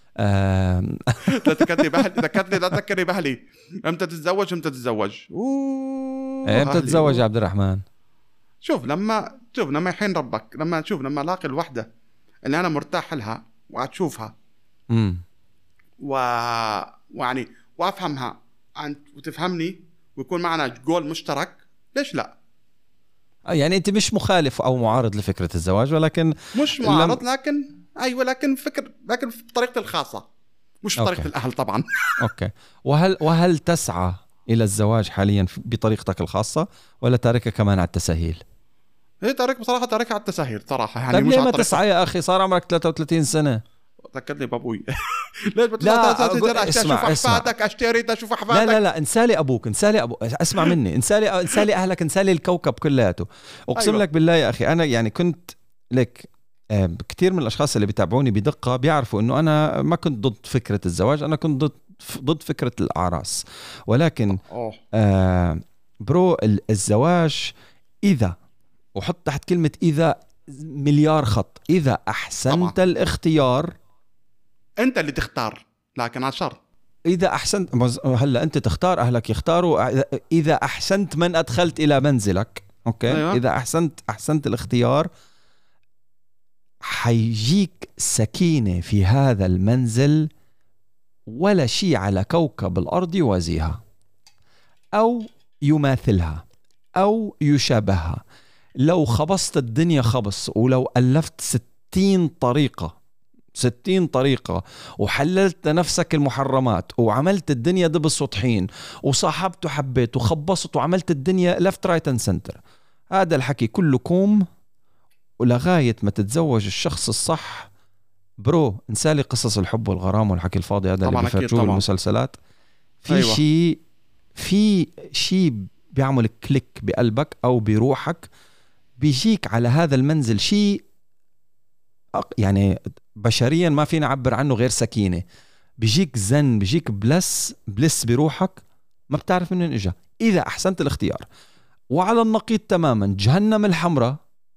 لا تذكرني بأهلي ذكرتني لا تذكرني بأهلي امتى تتزوج امتى تتزوج امتى تتزوج يا عبد الرحمن؟ شوف لما شوف لما يحين ربك لما شوف لما الاقي الوحده اللي انا مرتاح لها واشوفها امم و يعني وافهمها انت وتفهمني ويكون معنا جول مشترك ليش لا. يعني انت مش مخالف او معارض لفكره الزواج ولكن مش معارض لم... لكن ايوه لكن فكر لكن بطريقه الخاصه مش بطريقه الاهل طبعا. اوكي. وهل وهل تسعى الى الزواج حاليا بطريقتك الخاصه ولا تاركها كمان على التسهيل؟ هي تارك بصراحه تاركها على التسهيل صراحه يعني. طيب ليه ما تسعى يا اخي صار عمرك ثلاثة وثلاثين سنه؟ ذكرني بابوي. ليش لا اسمع اسمع اشتري اشوف احفادك. لا لا لا انسالي ابوك انسالي ابو اسمع مني انسالي انسالي اهلك انسالي الكوكب كلياته. اقسم أيوة. لك بالله يا اخي انا يعني كنت لك كثير من الاشخاص اللي بيتابعوني بدقه بيعرفوا انه انا ما كنت ضد فكره الزواج انا كنت ضد ضد فكره الاعراس ولكن آه برو الزواج اذا وحط تحت كلمه اذا مليار خط اذا احسنت طبعا. الاختيار انت اللي تختار لكن على شرط اذا احسنت هلا انت تختار اهلك يختاروا اذا احسنت من ادخلت الى منزلك اوكي أيوة. اذا احسنت احسنت الاختيار حيجيك سكينة في هذا المنزل ولا شيء على كوكب الأرض يوازيها أو يماثلها أو يشابهها. لو خبصت الدنيا خبص ولو ألفت ستين طريقة ستين طريقة وحللت نفسك المحرمات وعملت الدنيا دبس وطحين وصاحبت وحبيت وخبصت وعملت الدنيا left right and center، هذا الحكي كله كوم. ولغاية ما تتزوج الشخص الصح برو، انسالي قصص الحب والغرام والحكي الفاضي هذا اللي بيفرجوه المسلسلات. في أيوة. شيء في شيء بيعمل كليك بقلبك أو بروحك، بيجيك على هذا المنزل شيء يعني بشريا ما فينا نعبر عنه غير سكينة. بيجيك زن، بيجيك بلس بلس بروحك ما بتعرف منين إجا إذا أحسنت الاختيار. وعلى النقيض تماما جهنم الحمراء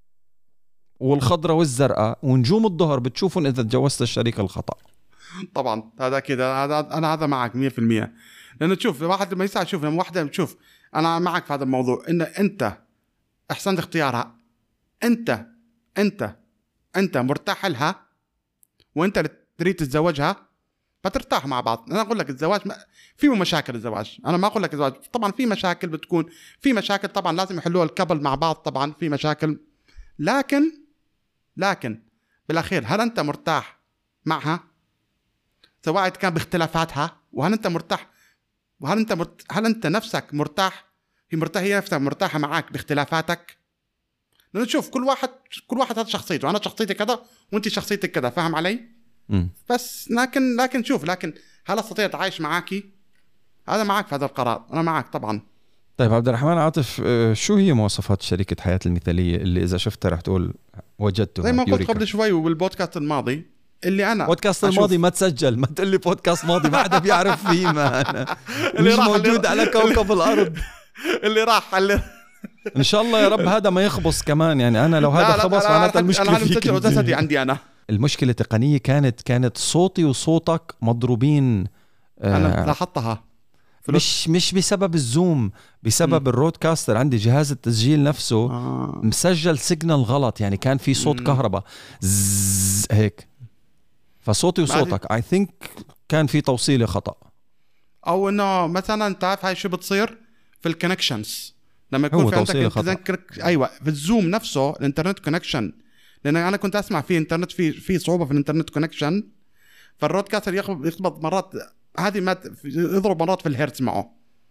والخضراء والزرقاء ونجوم الظهر بتشوفون إذا تجوزت الشريك الخطأ. طبعا هذا كده، هذا أنا هذا معك مية في المية. لأنه تشوف واحد ما يساعد، شوف لما واحدة تشوف أنا معك في هذا الموضوع، إن أنت أحسنت اختيارها، أنت أنت أنت مرتاح لها وأنت اللي تريد تتزوجها، فترتاح مع بعض. أنا أقول لك الزواج ما فيه مشاكل، الزواج أنا ما أقول لك الزواج طبعا في مشاكل، بتكون في مشاكل طبعا لازم يحلوها الكابل مع بعض، طبعا في مشاكل، لكن لكن بالأخير هل أنت مرتاح معها سواء كان باختلافاتها؟ وهل أنت مرتاح وهل أنت مرت... هل أنت نفسك مرتاح هي مرتاح هي نفسها مرتاحة معك باختلافاتك؟ لأنه تشوف كل واحد كل واحد هذا شخصيته، أنا شخصيتي كذا وأنت شخصيتك كذا، فاهم علي؟ م. بس لكن لكن شوف لكن هل أستطيع أتعايش معاكي؟ هذا معك في هذا القرار، أنا معك طبعا. طيب عبد الرحمن عاطف، شو هي مواصفات شريكة حياة المثالية اللي إذا شفتها رح تقول وجدتها؟ زي ما قلت قبل شوي والبودكاست الماضي اللي أنا بودكاست الماضي ما تسجل، ما تقول لي بودكاست ماضي ما حدا بيعرف فيه، ما أنا اللي مش موجود على كوكب الأرض اللي راح اللي إن شاء الله يا رب هذا ما يخبص كمان. يعني أنا لو هذا خبص معناتها المشكلة فيك. أنا مسجل عندي أنا المشكلة تقنية كانت كانت صوتي وصوتك مضروبين. أنا آه لاحظتها مش مش بسبب الزوم، بسبب م. الرودكاستر عندي جهاز التسجيل نفسه آه. مسجل سيجنال غلط، يعني كان في صوت م. كهرباء هيك، فصوتي وصوتك اي ثينك كان في توصيله خطأ. او انه مثلا تعرف هاي شو بتصير في الكونكشنز لما يكون في عندك خطأ. ايوه في الزوم نفسه الانترنت كونكشن، لان انا كنت اسمع في انترنت في في صعوبه في الانترنت كونكشن، فالرودكاستر يخبط مرات هذه ما يضرب مرات في الهرتز معه.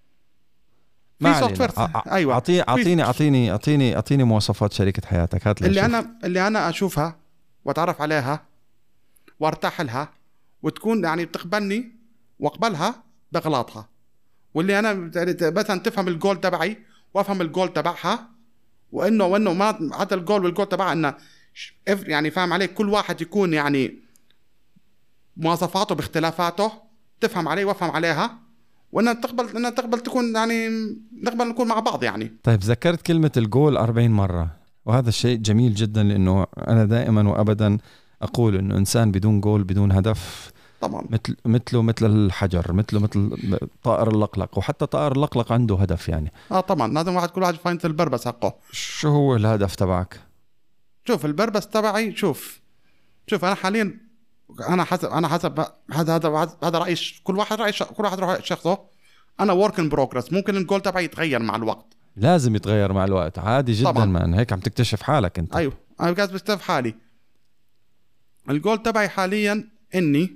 في سوفت وير ايوه اعطيني اعطيني اعطيني اعطيني اعطيني مواصفات شريكه حياتك، هات لي اللي أشوف. انا اللي انا اشوفها واتعرف عليها وارتاح لها وتكون يعني بتقبلني واقبلها باغلاطها، واللي انا مثلا تفهم الجول تبعي وافهم الجول تبعها، وانه وانه ما هذا الجول والجول تبعها انه يعني فاهم عليك كل واحد يكون يعني مواصفاته باختلافاته تفهم عليه وافهم عليها، وان تقبل ان تقبل تكون يعني نقبل نكون مع بعض يعني. طيب ذكرت كلمة الجول أربعين مرة، وهذا الشيء جميل جدا، لأنه أنا دائما وأبدا أقول إنه إنسان بدون جول بدون هدف طبعا مثل مثله مثل الحجر، مثله مثل طائر اللقلق، وحتى طائر اللقلق عنده هدف يعني. اه طبعا لازم واحد كل واحد يفهم البربس حقه. شو هو الهدف تبعك؟ شوف البربس تبعي، شوف شوف أنا حاليا انا حسب انا حسب هذا هذا هذا راي كل واحد راي كل واحد راي شخصه. انا ورك ان بروجرس، ممكن الجول تبعي يتغير مع الوقت، لازم يتغير مع الوقت عادي جدا طبعاً. ما هيك عم تكتشف حالك انت. ايوه انا قاعد بكتشف حالي. الجول تبعي حاليا اني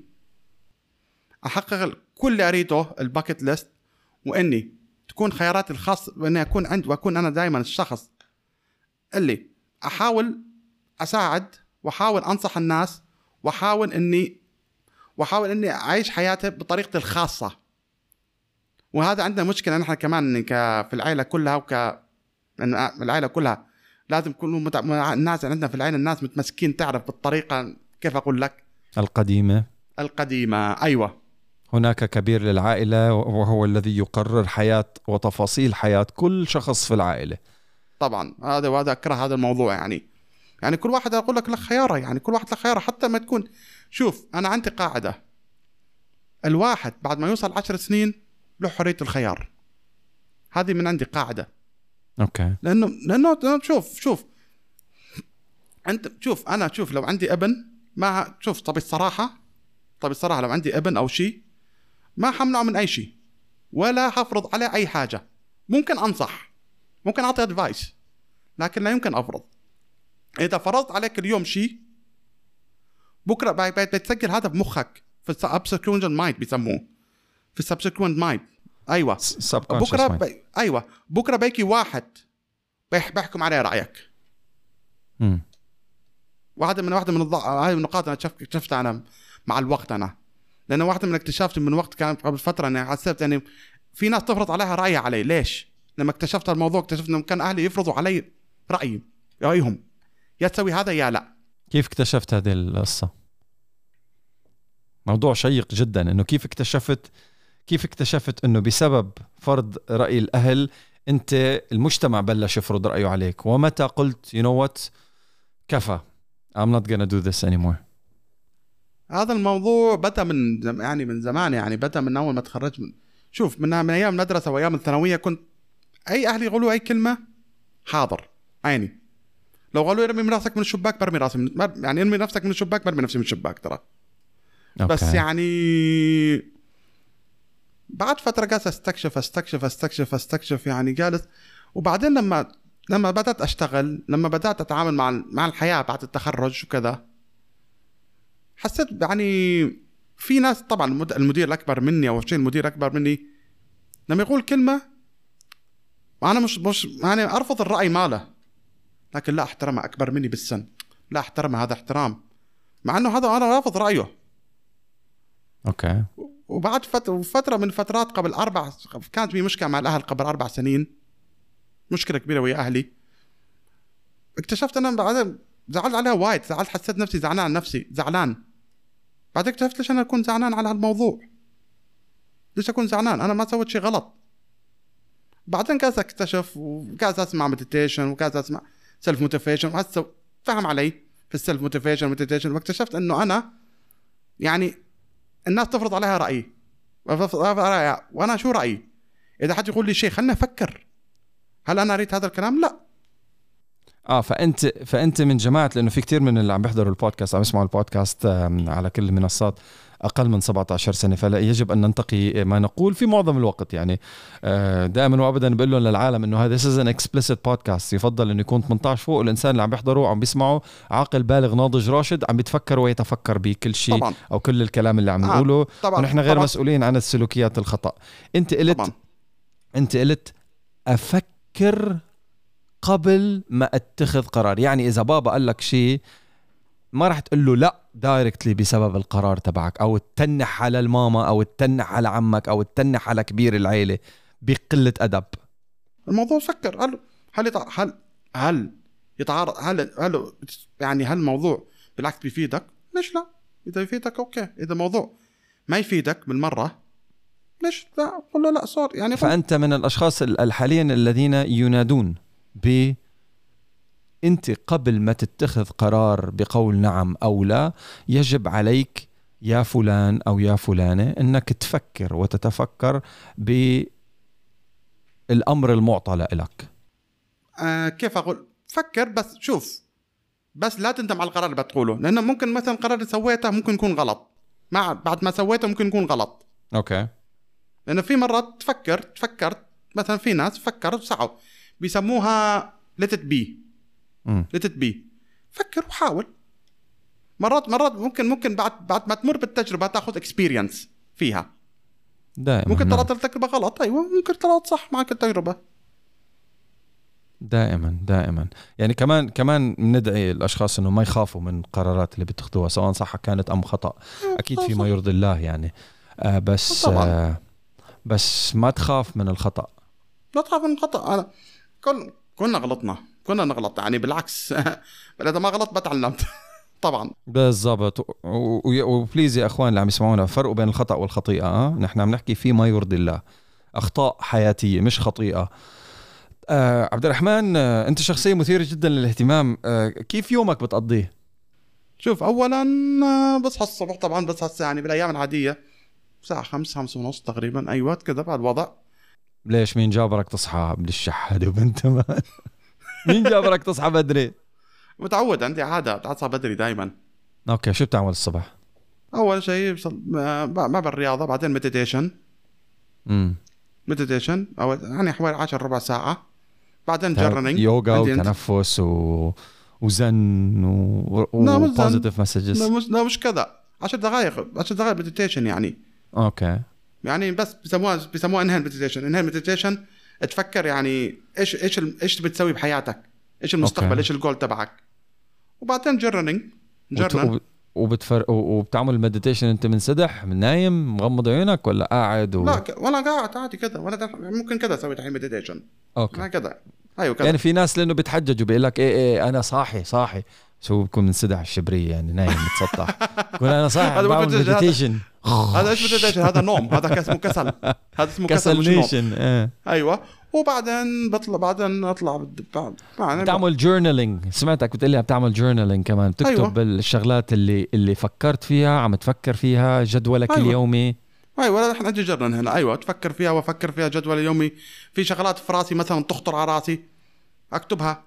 احقق كل اللي اريده الباكيت ليست، واني تكون خياراتي الخاصه، واني اكون عند واكون انا دائما الشخص اللي احاول اساعد واحاول انصح الناس، واحاول اني واحاول اني اعيش حياتي بطريقتي الخاصه. وهذا عندنا مشكله نحن كمان ك في العائله كلها، وك العائله كلها لازم يكونوا مت... الناس عندنا في العائله الناس متمسكين تعرف بالطريقه كيف اقول لك القديمه القديمه ايوه. هناك كبير للعائله وهو الذي يقرر حياه وتفاصيل حياه كل شخص في العائله. طبعا هذا وهذا اكره هذا الموضوع يعني. يعني كل واحد اقول لك له خياره، يعني كل واحد له خياره حتى ما تكون. شوف انا عندي قاعده، الواحد بعد ما يوصل عشر سنين له حريه الخيار، هذه من عندي قاعده. اوكي. لانه لانه شوف شوف انت شوف انا شوف لو عندي ابن ما شوف طب الصراحه طب الصراحه لو عندي ابن او شيء ما حمنعه من اي شيء ولا حفرض عليه اي حاجه. ممكن انصح، ممكن اعطي ادفايس، لكن لا يمكن افرض. اذا فرضت عليك اليوم شيء بكره بتسجل هذا بمخك في السبسكوينت مايند بيسموه، في السبسكوينت مايند. ايوه بكره ب... ايوه بكره بيجي واحد بيح... بيحكم عليه رايك. امم واحده من واحده من الض... هاي النقاط انا شفتها انا مع الوقت. انا لانه واحده من اكتشافاتي من وقت كان قبل فتره اني حسيت يعني في ناس تفرض عليها رايها علي. ليش؟ لما اكتشفت الموضوع اكتشفت انه كان اهلي يفرضوا علي رايي، رايهم يا تسوي هذا يا لا. كيف اكتشفت هذه القصه؟ موضوع شيق جدا، انه كيف اكتشفت كيف اكتشفت انه بسبب فرض راي الاهل انت المجتمع بلش يفرض رايه عليك، ومتى قلت you know what كفى I'm not gonna do this anymore؟ هذا الموضوع بدا من زم... يعني من زمان، يعني بدا من اول ما تخرجت من شوف من, من ايام المدرسه وايام الثانويه. كنت اي اهلي يقولوا اي كلمه حاضر عيني. لو قالوا ارمي من راسك من الشباك برمي راسي من... يعني ارمي نفسك من الشباك برمي نفسي من الشباك ترى. أوكي. بس يعني بعد فتره قاعد استكشف استكشف استكشف استكشف يعني جالس. وبعدين لما لما بدات اشتغل، لما بدات اتعامل مع مع الحياه بعد التخرج وكذا، حسيت يعني في ناس طبعا المدير الاكبر مني او شيء المدير الاكبر مني لما يقول كلمه انا مش مش يعني ارفض الراي ماله، لكن لا احترمه، اكبر مني بالسن لا احترمه، هذا احترام، مع انه هذا انا رافض رايه. اوكي. وبعد فتره فتره من فترات قبل اربع كانت في مشكله مع الاهل قبل اربع سنين، مشكله كبيره ويا اهلي. اكتشفت انا بعدين زعلت عليها وايد، زعلت حسيت نفسي زعلان نفسي زعلان. بعد اكتشفت ليش انا اكون زعلان على هالموضوع، ليش اكون زعلان، انا ما سويت شيء غلط. بعدين قاعد اكتشف وقاعد اسمع مديتيشن وقاعد اسمع سيلف موتيفيشن وهسه فهم علي في السيلف موتيفيشن مديتيشن، واكتشفت انه انا يعني الناس تفرض عليها رايي وانا شو رايي. اذا حد يقول لي شيء خلنا افكر هل انا اريد هذا الكلام؟ لا. اه فانت فانت من جماعه، لانه في كتير من اللي عم بيحضروا البودكاست عم يسمعوا البودكاست على كل المنصات اقل من سبعة عشر سنه، فلا يجب ان ننتقي ما نقول في معظم الوقت. يعني دائما وابدا بقول لهم للعالم انه هذا is an explicit podcast، يفضل انه يكون ثمانية عشر فوق، الانسان اللي عم بيحضره عم بيسمعه عاقل بالغ ناضج راشد عم بيتفكر ويتفكر بكل شيء طبعاً. او كل الكلام اللي عم نقوله آه. ونحن غير طبعاً. مسؤولين عن السلوكيات الخطا. انت قلت طبعاً. انت قلت افكر قبل ما اتخذ قرار. يعني اذا بابا قال لك شيء ما راح تقول له لا دايركتلي بسبب القرار تبعك، او تتنح على الماما او تتنح على عمك او تتنح على كبير العيله بقله ادب. الموضوع فكر هل هل يتع... هل هل يتعارض هل هل يعني هل الموضوع بالعكس بيفيدك؟ ليش لا؟ اذا يفيدك اوكي، اذا الموضوع ما يفيدك بالمره ليش لا؟ قول له لا صار يعني. فانت من الاشخاص الحاليين الذين ينادون ب أنت قبل ما تتخذ قرار بقول نعم أو لا يجب عليك يا فلان أو يا فلانة أنك تفكر وتتفكر بالأمر المعطى لك. آه كيف أقول؟ فكر بس شوف، بس لا تندم على القرار اللي بتقوله، لأنه ممكن مثلا القرار اللي سويته ممكن يكون غلط، مع بعد ما سويته ممكن يكون غلط. أوكي. لأنه في مرات تفكر تفكرت مثلا في ناس فكروا وسعوا بيسموها let it be let it be. فكر وحاول. مرات مرات ممكن ممكن بعد بعد ما تمر بالتجربة تأخذ experience فيها. دائما ممكن طلعت التجربة غلط، أيوة ممكن طلعت صح معك التجربة. دائما دائما يعني كمان كمان ندعي الأشخاص إنه ما يخافوا من القرارات اللي بتاخذوها سواء صح كانت أم خطأ. أكيد في ما يرضي الله يعني آه بس آه بس ما تخاف من الخطأ. لا تخاف من الخطأ. أنا كن كنا غلطنا كنا نغلط يعني بالعكس إذا ما غلط بتعلمت طبعا. بالضبط. وبليز يا أخوان اللي عم يسمعونا فرقوا بين الخطأ والخطيئة. أه؟ نحن عم نحكي في ما يرضي الله، أخطاء حياتية مش خطيئة. آه عبد الرحمن، آه أنت شخصية مثيرة جدا للاهتمام. آه كيف يومك بتقضيه؟ شوف أولا بصحى الصبح طبعا، بصحى يعني بالأيام العادية الساعة خمسة خمسة ونص تقريبا، أيوة كذا بعد وضع ليش مين جابرك تصحى بالشحاد وبنت ما مين جابرك تصحى بدري؟ متعود، عندي عادة أصحى بدري دايما. اوكي، شو بتعمل الصبح؟ أول شيء بعمل رياضة، بعدين مديتيشن. امم مديتيشن أو يعني حوالي عشر ربع ساعة، بعدين جرنينج، يوغا وتنفس و... وزن و وبوزيتيف مسجز. لا مش لا مش كذا، عشر دقائق عشر دقائق مديتيشن يعني. اوكي، يعني بس بيسموها بيسموها انهاء مديتيشن. انهاء مديتيشن تفكر يعني ايش ايش ايش بتسوي بحياتك، ايش المستقبل، أوكي. ايش الجول تبعك، وبعدين جرنينج جرنن وت... وبتفر وبتعمل المديتيشن انت منسدح من نايم مغمض عيونك ولا قاعد و... لا ك... ولا قاعد عادي كذا، ولا ممكن كذا اسوي الحين مديتيشن. اوكي كذا. ايوه كذا. يعني في ناس لانه بيتحججوا بيقول لك ايه ايه انا صاحي صاحي، شو بكون منسدح الشبريه يعني نايم متسطح. بقول انا صاحي بعمل مديتيشن. هذا ايش مديتيشن؟ هذا نوم، هذا اسمه كسل، هذا اسمه كسل مش نوم. اه. ايوه. وبعدين بطلع، بعدين اطلع بالدفاع. بتعمل جورنالينج، سمعتك بتقول لي بتعمل جورنالينج كمان، بتكتب أيوة. الشغلات اللي اللي فكرت فيها، عم تفكر فيها، جدولك أيوة. اليومي. ايوه احنا عندي جورنال هنا. ايوه تفكر فيها وافكر فيها، جدول يومي. في شغلات في راسي مثلا تخطر على راسي اكتبها.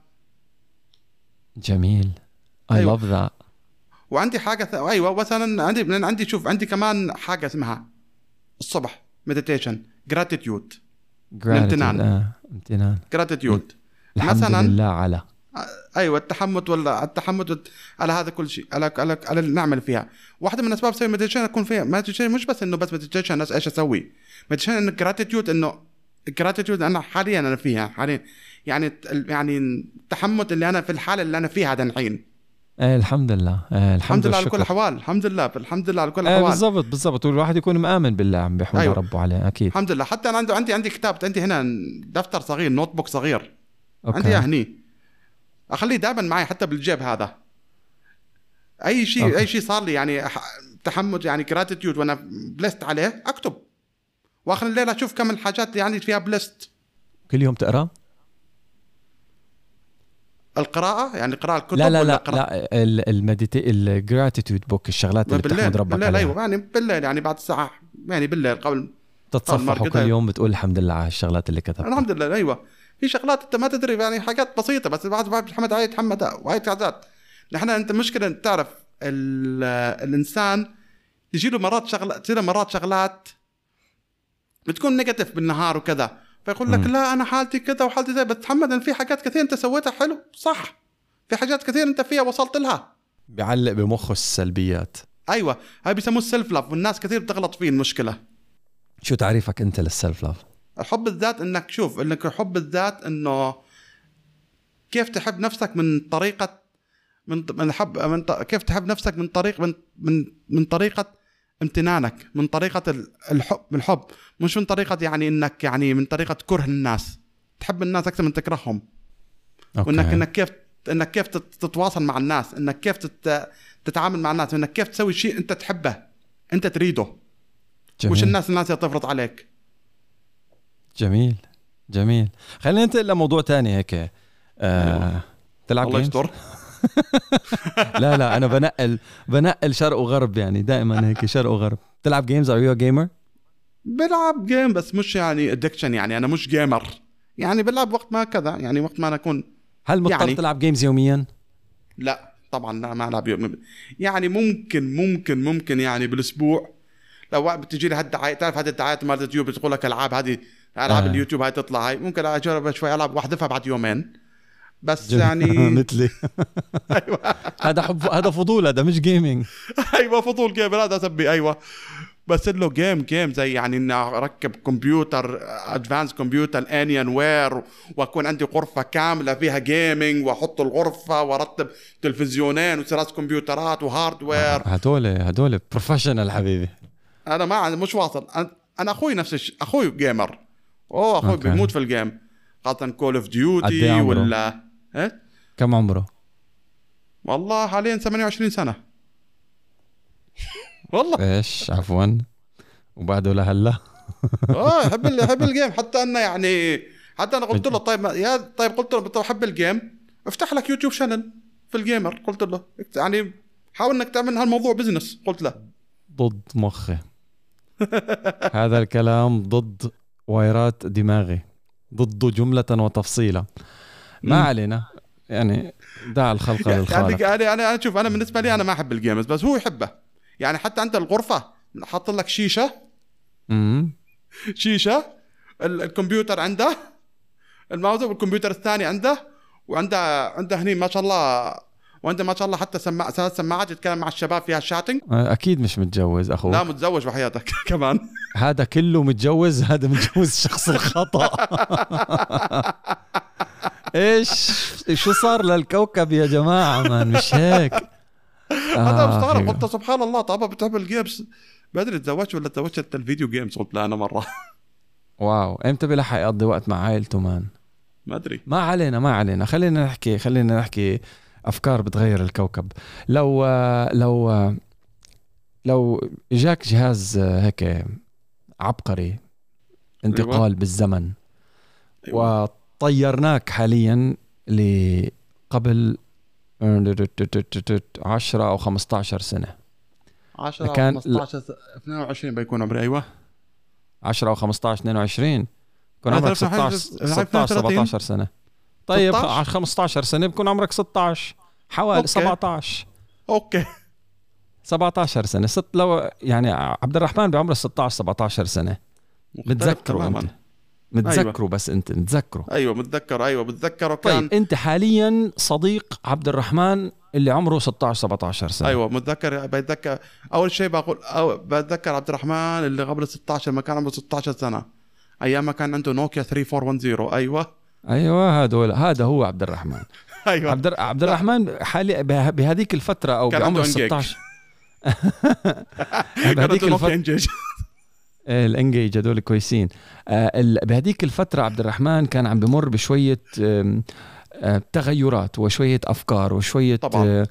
جميل. I أيوة. love that. وعندي حاجه ث... ايوه مثلا عندي عندي شوف عندي كمان حاجه اسمها الصبح مديتيشن جراتيتيود. امتنان. آه. امتنان. جراتيتيود. الحمد لله على ايوه التحمد ولا التحمد على هذا كل شيء، على على على اللي نعمل فيها. واحده من اسباب اسوي مديتيشن اكون فيها مديتيشن، مش بس انه بس مديتيشن الناس ايش اسوي مديتيشن، انه جراتيتيود، انه جراتيتيود انا حاليا انا فيها حاليا يعني يعني التحمد اللي انا في الحاله اللي انا فيها هذا الحين. ايه الحمد لله. ايه الحمد لله على كل الاحوال. الحمد لله الحمد لله على كل الاحوال. ايه بالضبط بالضبط. والواحد يكون مآمن بالله عم بيحمد أيوة. ربه عليه اكيد. الحمد لله. حتى انا عندي عندي عندي كتاب، عندي هنا دفتر صغير، نوت بوك صغير. أوكي. عندي هني اخليه دائما معي حتى بالجيب هذا. اي شيء أوكي. اي شيء صار لي يعني تحمد يعني جراتيتيود وانا بلست عليه اكتب، واخر الليله اشوف كم الحاجات اللي عندي فيها بلست. كل يوم تقرا؟ القراءة يعني قراءة الكتب؟ لا لا لا لا المديتي الجراتيتيود بوك، الشغلات اللي بتحمد ربك بالليل. ايوه يعني بالليل، يعني بعد الساعة يعني بالليل قبل تتصفح كل يوم بتقول الحمد لله على الشغلات اللي كتبتها. الحمد لله. ايوه في شغلات انت ما تدري يعني حاجات بسيطة، بس بعد بعد محمد علي يتحمد وهي حاجات. نحن انت مشكلة تعرف الانسان تجي له مرات شغلات تصير مرات شغلات بتكون نيجاتيف بالنهار وكذا، فيقول لك م. لا انا حالتي كذا وحالتي زي، بتحمد ان في حاجات كثير انت سويتها حلو صح، في حاجات كثير انت فيها وصلت لها. بيعلق بمخه السلبيات. ايوه هاي بيسموه السلف لاف، والناس كثير بتغلط فيه. المشكله شو تعريفك انت للسلف لاف؟ الحب الذات انك شوف انك حب الذات انه كيف تحب نفسك من طريقه من من حب من ط... كيف تحب نفسك من طريق من من من طريقه امتنانك، من طريقه الحب الحب مش من طريقه يعني انك يعني من طريقه كره الناس، تحب الناس اكثر من تكرههم. أوكي. وانك انك كيف انك كيف تتواصل مع الناس، انك كيف تت... تتعامل مع الناس، انك كيف تسوي شيء انت تحبه انت تريده. جميل. مش الناس الناس تفرض عليك. جميل جميل. خلينا ننتقل لموضوع تاني هيك. آه... تلعب الله يستر. لا لا انا بنقل بنقل شرق وغرب، يعني دائما هيك شرق وغرب. تلعب جيمز؟ ار يو جيمر؟ بلعب جيم بس مش يعني ادكشن، يعني انا مش جيمر، يعني بلعب وقت ما كذا، يعني وقت ما انا اكون. هل مضطر يعني تلعب جيمز يوميا؟ لا طبعا لا، ما العب يوم، يعني ممكن ممكن ممكن يعني بالاسبوع لو بتجي لي هالدعايه، تعرف هذه الدعايات مالت اليوتيوب بتقول لك العاب، هذه العاب آه. اليوتيوب هاي تطلع، هاي ممكن اجرب شوي العب واحذفها بعد يومين بس يعني مثلي. ايوه هذا حب، هذا فضول، هذا مش جيمينج. ايوه فضول جيم هذا اسميه. ايوه بس له جيم جيم زي يعني اني اركب كمبيوتر ادفانس كمبيوتر انيان وير، واكون عندي غرفه كامله فيها جيمينج، واحط الغرفه وارتب تلفزيونين وثلاث كمبيوترات وهاردوير. هدول هدول بروفيشنال حبيبي. انا ما مش واصل. انا اخوي نفس الشيء، اخوي جيمر. اوه اخوي أوكي. بيموت في الجيم، خاصه كول اوف ديوتي ولا ايه. كم عمره؟ والله حاليا ثمانية وعشرين سنه. والله ايش عفوا. وبعده لهلا اه يحب يحب الجيم. حتى انا يعني حتى انا قلت له طيب يا طيب قلت له بحب الجيم، افتح لك يوتيوب شانل في الجيمر. قلت له يعني حاول انك تعمل هالموضوع بزنس. قلت له ضد مخي. هذا الكلام ضد وايرات دماغي ضده جملة وتفصيلا. ما مم. علينا، يعني دع الخلق يعني للخالق. انا انا انا شوف، انا بالنسبه لي انا ما احب الجيمز، بس هو يحبه. يعني حتى انت الغرفه حاط لك شيشه امم شيشه ال- الكمبيوتر عنده، الماوس والكمبيوتر الثاني عنده، وعنده عنده هني ما شاء الله، وعنده ما شاء الله حتى سماعه ثلاث سماعات يتكلم مع الشباب فيها شاتنج. اكيد مش متجوز اخوك. لا متزوج بحياتك كمان. هذا كله متجوز، هذا متجوز الشخص الخطأ. ايش شو صار للكوكب يا جماعة؟ مان مش هيك. انا آه مستغرب، هيك. قلت سبحان الله، طابا بتحب الجيمز بدري تزوجت ولا تزوجت الفيديو جيمز؟ قلت لا انا مره واو، امتى بيلحق يقضي وقت مع عائلته مان؟ ما ادري. ما علينا ما علينا، خلينا نحكي خلينا نحكي افكار بتغير الكوكب. لو لو لو اجاك جهاز هيك عبقري، انتقال أيوة. بالزمن، أيوة. وطيرناك حاليا لقبل عشرة أو خمسة عشر سنة. عشرة كان أو خمسة عشر اثنين وعشرين بيكون عمري. ايوه عشرة أو خمسة عشر اثنين وعشرين كون عمرك ستة عشر ستة عشر سبعة عشر سنة. طيب خمسة عشر سنة بكون عمرك ستة عشر، حوالي سبعة عشر. اوكي سبعة عشر سنة. ست لو يعني عبد الرحمن بعمره ستة عشر سبعة عشر سنة. متذكره انت؟ متذكره؟ أيوة. بس انت متذكره؟ ايوه متذكر، ايوه متذكره. كان طيب انت حاليا صديق عبد الرحمن اللي عمره ستة عشر سبعة عشر سنة. ايوه متذكر. بتذكر اول شيء بقول أو بتذكر عبد الرحمن اللي قبل ستة عشر، ما كان عمره ستة عشر سنة، ايام ما كان عنده نوكيا ثلاثة أربعة واحد صفر. ايوه ايوه هذا هذا هو عبد الرحمن. ايوه عبد عبد الرحمن حالي بهذيك الفترة او بعمر ستة عشر. بهذيك الفترة الانجيج هذول كويسين. بهذيك الفترة عبد الرحمن كان عم بمر بشوية تغيرات وشوية أفكار وشوية طبعا.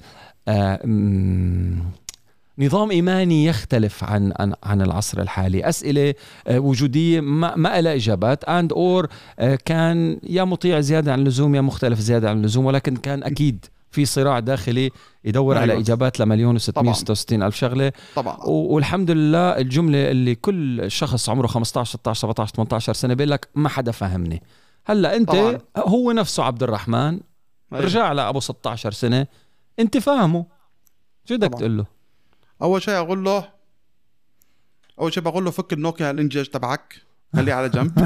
نظام إيماني يختلف عن عن عن العصر الحالي. أسئلة وجودية ما ما لها إجابات، and or كان يا مطيع زيادة عن اللزوم يا مختلف زيادة عن اللزوم، ولكن كان أكيد في صراع داخلي يدور أيوة. على إجابات لمليون وستمية وستة وستين ألف شغلة طبعا. والحمد لله الجملة اللي كل شخص عمره خمسة عشر ستة عشر سبعة عشر ثمانية عشر سنة بيقول لك ما حدا فهمني. هلا أنت طبعا. هو نفسه عبد الرحمن أيوة. رجع لأبو ستة عشر سنة، أنت فاهمه، شو بدك تقول له؟ أول شيء أقول له أول شيء بقول له فك النوكيا الانجاج تبعك، خليه على جنب.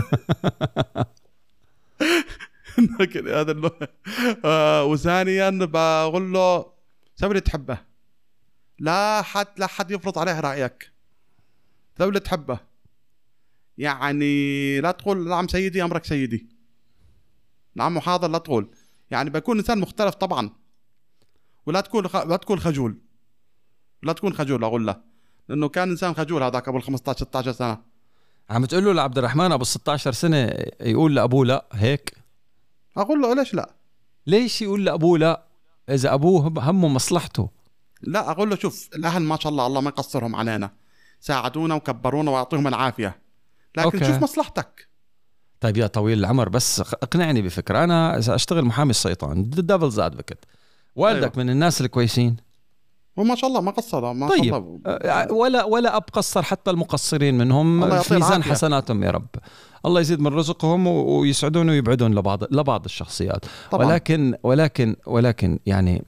هذا اللي آه وثانيا بقول له سوي اللي تحبه، لا حد لا حد يفرض عليه رأيك، سوي اللي تحبه. يعني لا تقول نعم سيدي أمرك سيدي، نعم وحاضر، لا تقول. يعني بكون إنسان مختلف طبعا، ولا تكون خ... لا تكون خجول، لا تكون خجول. أقول له لأنه كان إنسان خجول هذاك قبل خمسة عشر ستة عشر سنة. عم تقول له لعبد الرحمن أبو ستة عشر سنة يقول لأبوه لا هيك؟ أقول له ليش لا؟ ليش يقول لأبوه لا إذا أبوه همه مصلحته؟ لا أقول له شوف الأهل ما شاء الله الله ما يقصرهم علينا، ساعدونا وكبرونا ويعطيهم العافية، لكن أوكي. شوف مصلحتك. طيب يا طويل العمر بس اقنعني بفكرة. أنا إذا أشتغل محامي الشيطان ديفلز أدفوكيت، والدك أيوة. من الناس الكويسين وما شاء الله ما قصر ما طيب. شاء الله ولا ولا أبقصر حتى المقصرين منهم في ميزان حسناتهم يا رب، الله يزيد من رزقهم ويسعدون ويبعدون لبعض لبعض الشخصيات طبعا. ولكن ولكن ولكن يعني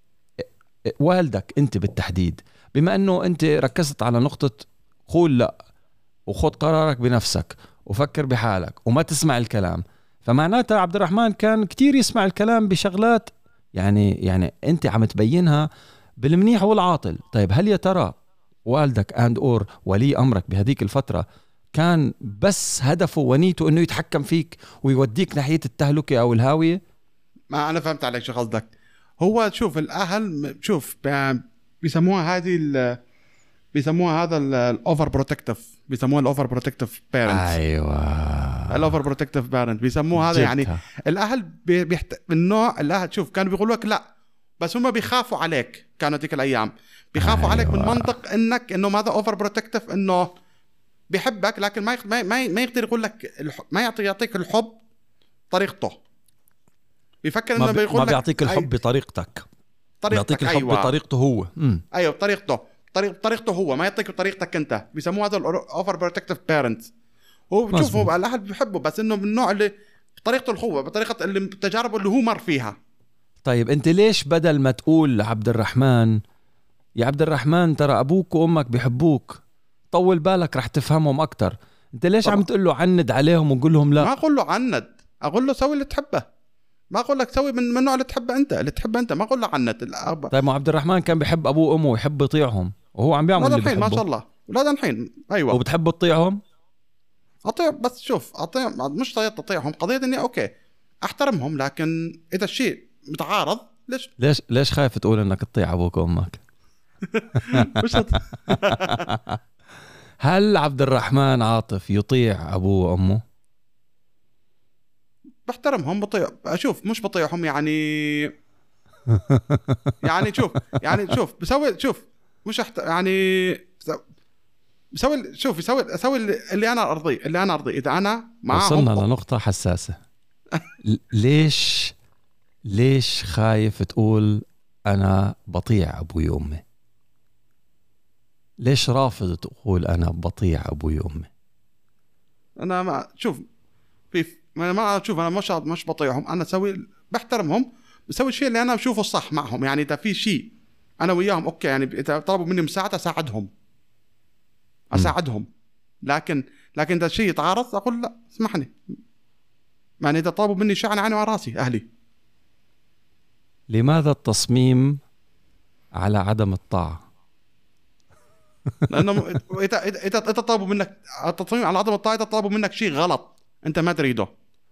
والدك أنت بالتحديد، بما أنه أنت ركزت على نقطة قول لا وخذ قرارك بنفسك وفكر بحالك وما تسمع الكلام، فمعناتها عبد الرحمن كان كتير يسمع الكلام بشغلات يعني يعني أنت عم تبينها بالمنيح والعاطل. طيب هل يا ترى والدك اند اور ولي امرك بهذيك الفتره كان بس هدفه ونيته انه يتحكم فيك ويوديك ناحيه التهلكه او الهاويه؟ ما انا فهمت عليك شو قصدك. هو شوف الاهل شوف بيسموها هذه بيسموها هذا الاوفر بروتكتيف، بيسموها الاوفر بروتكتيف بيرنت. ايوه الاوفر بروتكتيف بيرنت بيسموها هذا. يعني الاهل بيحت... من نوع الاهل شوف كانوا بيقولوا لك لا، بس هم بيخافوا عليك. كانوا تلك الايام بيخافوا أيوة. عليك من منطق انك انه ماذا اوفر بروتكتيف، انه بيحبك لكن ما يخ... ما ما يقدر يقول لك الح... ما يعطي يعطيك الحب طريقته. بيفكر انه بيقول لك ما بيعطيك الحب أي... بطريقتك، بيعطيك الحب أيوة. بطريقته هو. امم ايوه بطريقته، طريق طريقته هو، ما يعطيك بطريقتك انت. بيسموه هذا الاوفر بروتكتيف بيرنت. هو بشوف هو الاهل بيحبه بس انه من النوع اللي بطريقته الخوة بطريقه اللي تجاربه اللي هو مر فيها. طيب انت ليش بدل ما تقول لعبد الرحمن يا عبد الرحمن ترى ابوك وامك بيحبوك طول بالك رح تفهمهم اكتر، انت ليش طبعا. عم تقول له عند عليهم وقول لهم لا؟ ما اقول له عند، اقول له سوي اللي تحبه، ما اقول لك سوي من من النوع اللي تحبه انت اللي تحبه انت، ما اقول له عند الاب. طيب ما عبد الرحمن كان بيحب ابوه وامه ويحب يطيعهم وهو عم بيعمل اللي بيحبه ما شاء الله ولاد الحين ايوه وبتحب تطيعهم. اطيع بس شوف اطيع مش طريقه تطيعهم، قضيه اني اوكي احترمهم لكن اذا الشيء متعارض ليش ليش ليش خايف تقول انك تطيع ابوك وامك؟ مش هت... هل عبد الرحمن عاطف يطيع ابوه وامه؟ بحترمهم بطيع، اشوف مش بطيعهم يعني يعني شوف يعني شوف بسوي شوف مش أحت... يعني بسوي شوف يسوي اسوي اللي انا ارضيه اللي انا ارضيه اذا انا معاهم. وصلنا لنقطه حساسه. ليش ليش خايف تقول انا بطيع ابوي وامي؟ ليش رافض تقول انا بطيع ابوي وامي؟ انا ما شوف في ما ما اشوف انا مش مش بطيعهم، انا اسوي بحترمهم بسوي الشيء اللي انا بشوفه الصح معهم. يعني اذا في شيء انا وياهم اوكي، يعني اذا طلبوا مني مساعده اساعدهم اساعدهم لكن لكن اذا الشيء يتعارض اقول لا اسمحني، يعني اذا طلبوا مني شيء انا عيني على راسي اهلي. لماذا التصميم على عدم الطاعه؟ لانه اذا اذا اذا طلبوا منك التصميم على عدم الطاعه، اذا طلبوا منك شيء غلط انت ما تريده.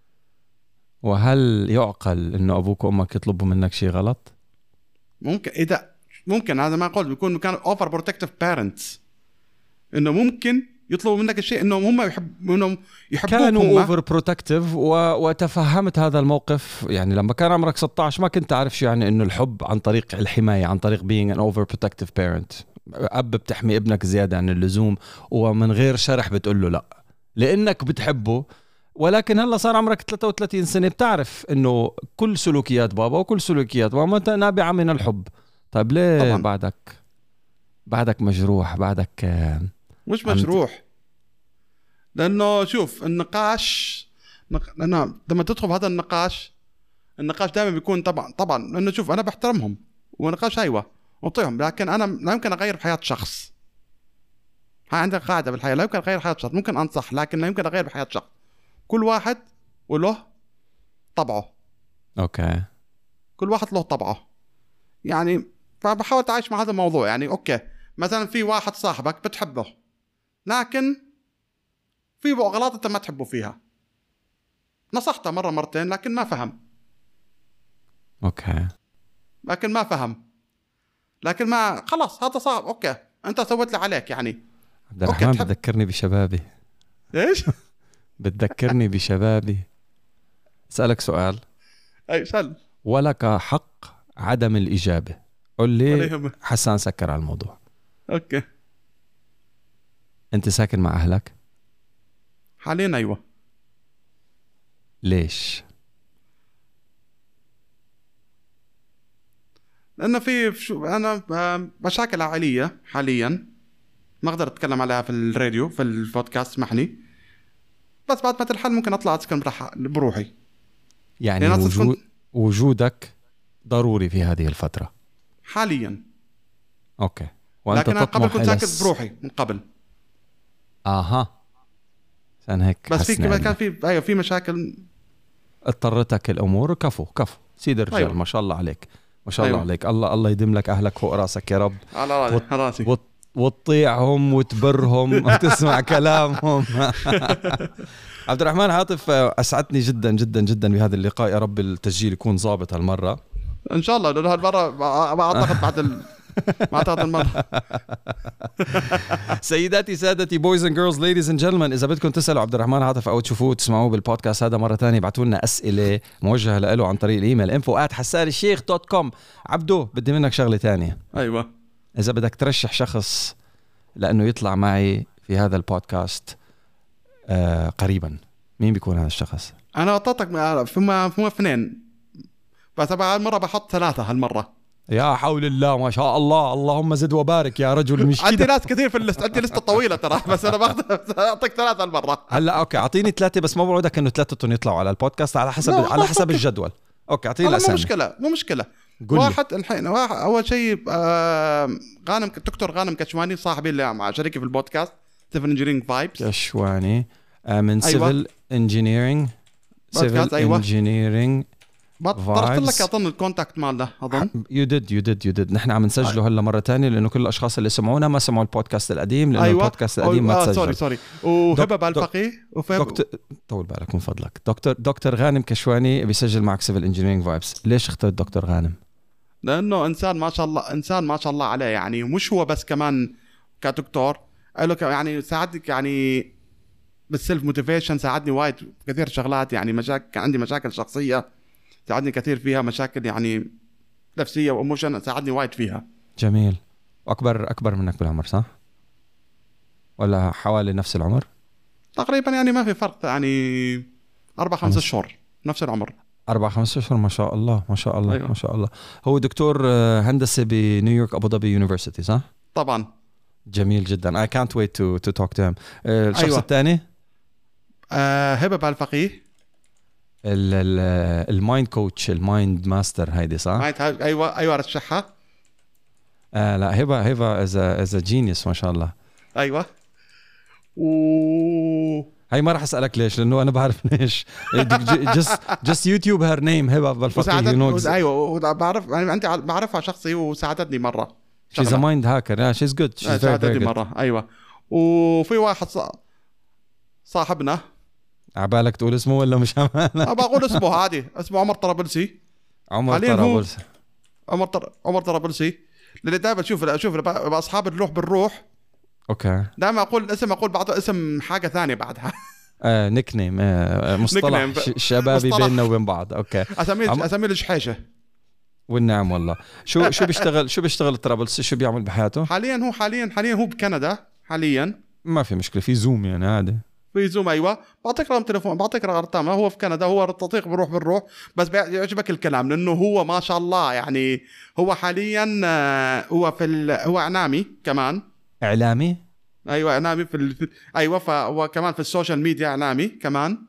وهل يعقل انه ابوك وامك يطلبوا منك شيء غلط؟ ممكن اذا ممكن هذا ما قلت بيكون كان اوفر بروتكتيف بارنتس، انه ممكن يطلبوا منك الشيء انه هم يحب انهم يحبوك، كانوا اوفر بروتكتيف و... وتفهمت هذا الموقف. يعني لما كان عمرك ستة عشر ما كنت عارف شو يعني انه الحب عن طريق الحمايه، عن طريق being an over protective parent. اب بتحمي ابنك زياده عن اللزوم ومن غير شرح بتقول له لا لانك بتحبه. ولكن هلا صار عمرك ثلاثة وثلاثين سنه بتعرف انه كل سلوكيات بابا وكل سلوكيات ماما نابعه من الحب. طيب ليه طبعاً. بعدك بعدك مجروح، بعدك مش مجروح. لانه شوف النقاش نق... لانه لما تدخل هذا النقاش النقاش دائما بيكون طبعا طبعا لانه شوف انا بحترمهم ونقاش ايوه وطيهم، لكن انا لا يمكن اغير بحياه شخص. هاي عندك قاعده بالحياه، لا يمكن اغير حياه شخص، ممكن انصح لكن لا يمكن اغير بحياه شخص. كل واحد وله طبعه. اوكي كل واحد له طبعه. يعني فبحاول اتعايش مع هذا الموضوع. يعني اوكي مثلا في واحد صاحبك بتحبه لكن في غلط انت ما تحبه فيها، نصحته مره مرتين لكن ما فهم. اوكي لكن ما فهم لكن ما خلاص هذا صعب. اوكي انت سويت اللي عليك. يعني عبد الرحمن بتذكرني بشبابي. ايش؟ بتذكرني بشبابي. اسالك سؤال. اي سأل. ولك حق عدم الاجابه. قل لي حسان سكر على الموضوع. اوكي انت ساكن مع اهلك حاليا؟ ايوه. ليش؟ لأنه في شو أنا مشاكل عائلية حاليا ما أقدر أتكلم عليها في الراديو في البودكاست، اسمحني. بس بعد ما تنحل ممكن أطلع أسكن بروحي. يعني وجود وجودك ضروري في هذه الفترة حاليا. أوكي. وأنت لكن أنا قبل كنت ساكن بروحي من قبل. أها عشان هيك بس في كان في أيوة في مشاكل اضطرتك الأمور. كفو كفو سيد الرجال. أيوة. ما شاء الله عليك ما شاء الله. أيوة. عليك. الله الله يديم لك أهلك فوق راسك يا رب. على وط... راسي وط... وتطيعهم وتبرهم وتسمع كلامهم. عبد الرحمن عاطف أسعدني جدا جدا جدا بهذا اللقاء. يا رب التسجيل يكون ضابط هالمرة إن شاء الله، لأنه هالمرة ما أعتقد بعد ال... ما أعتقد المرة. سيداتي سادتي boys and girls ladies and gentlemen، إذا بدكم تسألوا عبد الرحمن عاطف أو تشوفوه تسمعوه بالبودكاست هذا مرة تانية ابعتوا لنا أسئلة موجهة له عن طريق الإيميل info at حسان الشيخ دوت كوم. عبدو بدي منك شغلة تانية. أيوة. إذا بدك ترشح شخص لأنه يطلع معي في هذا البودكاست آه قريبا، مين بيكون هذا الشخص؟ أنا أعطيتك في في اثنين بس هالمرة بحط ثلاثة. هالمرة يا حول الله ما شاء الله اللهم زد وبارك يا رجل. مش عندي كده ناس كثير في الليست، عندي لسته طويله ترى بس انا باخذ اعطيك ثلاثه المره. هلا اوكي اعطيني ثلاثه بس ما بوعدك انه ثلاثتهم يطلعوا على البودكاست على حسب على حسب الجدول. اوكي اعطيني مو الاسامي. مشكله مو مشكله. واحد الحين واحد اول شيء آه غانم دكتور غانم كشواني صاحبي اللي مع شريكي في البودكاست سيفل انجينيرينج فايبس. كشواني آه من سيفل انجينيرينج سيفل انجينيرينج طرحت لك اظن الكونتاكت مالنا اظن. يو ديد يو ديد يو ديد نحن عم نسجله هلا مره ثانيه لانه كل الاشخاص اللي سمعونا ما سمعوا البودكاست القديم لانه أيوة. البودكاست القديم ما تسجل. سوري سوري. وهبه بالفقيه دكتور طول بالك من فضلك. دكتور دكتور غانم كشواني بيسجل معك سيفل انجينيرينج فايبس. ليش اخترت دكتور غانم؟ لانه انسان ما شاء الله انسان ما شاء الله عليه يعني. مش هو بس كمان كدكتور له يعني ساعدني يعني بالسيلف موتيفيشن ساعدني وايد كثير شغلات يعني مشاكل عندي مشاكل شخصيه ساعدني كثير فيها مشاكل يعني نفسيه وايموشن ساعدني وايد فيها. جميل. اكبر اكبر منك بالعمر صح ولا حوالي نفس العمر تقريبا يعني ما في فرق يعني أربع خمسة شهور نفس العمر. أربع خمسة أشهر ما شاء الله ما شاء الله. أيوة. ما شاء الله. هو دكتور هندسة بنيويورك أبو ظبي يونيفرسيتي صح؟ طبعا. جميل جدا. I can't wait to to talk to him. الشخص أيوة. الثاني آه هبة بالفقيه المايند كوتش المايند ماستر هيدي صح؟ أيوة أيوة رشحها. آه لا هبة هبة as a as a genius ما شاء الله. أيوة. و هاي ما راح اسالك ليش لانه انا بعرف ليش. just just YouTube her name هبه بالفقيه. ايوه بعرف يعني انت بعرفها شخصي وساعدتني مره. she's a mind hacker yeah she's good she's very very good مره. ايوه. وفي واحد صاحبنا عبالك تقول اسمه ولا مش عبالك؟ ابى اقول اسمه عادي. اسمه عمر طرابلسي. عمر طرابلسي. عمر طر... عمر طرابلسي اللي دائما اشوف اشوف اصحاب الروح بالروح. اوكي. دائما اقول اسم اقول بعض اسم حاجه ثانيه بعدها. اه نيك نيم آه مصطلح شبابي بيننا وبين بعض. اوكي. اسميه عم... اسميه الجحيشه. والنعم والله. شو شو بيشتغل شو بيشتغل طرابلسي شو بيعمل بحياته؟ حاليا هو حاليا حاليا هو بكندا حاليا. ما في مشكله في زوم يعني عادي. في زوم ايوه. بعطيك رقم تليفون بعطيك رقم ارقام. هو في كندا هو تطبيق بروح بالروح بس بيعجبك الكلام لانه هو ما شاء الله يعني. هو حاليا هو في ال... هو اعلامي كمان. اعلامي ايوه اعلامي في ال... ايوه فهو كمان في السوشيال ميديا اعلامي كمان.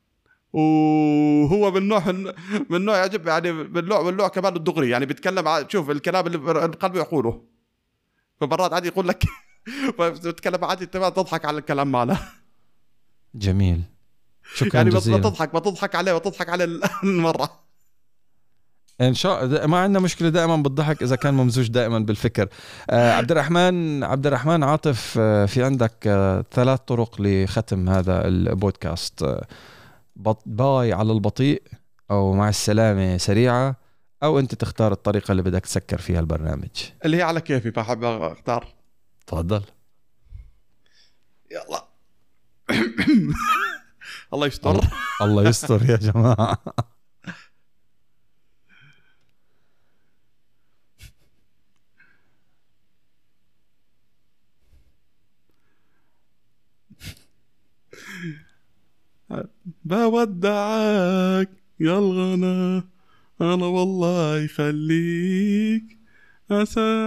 وهو من نوع من نوع يعجب يعني من نوع من نوع كمان الدغري يعني بيتكلم. شوف الكلام اللي بقلبه يقوله فمرات عادي يقول لك بتتكلم عادي تضحك على الكلام ماله. جميل. شكرا يعني جزيلا. بتضحك بتضحك عليه وتضحك على المره. ان شاء الله ما عندنا مشكله دائما بالضحك اذا كان ممزوج دائما بالفكر. آه عبد الرحمن عبد الرحمن عاطف آه في عندك آه ثلاث طرق لختم هذا البودكاست. آه باي على البطيء او مع السلامه سريعه او انت تختار الطريقه اللي بدك تسكر فيها البرنامج اللي هي على كيفي. بحب اختار. تفضل. يلا. الله يستر. الله يستر يا جماعه. بودعك يا الغلا أنا والله يخليك أسى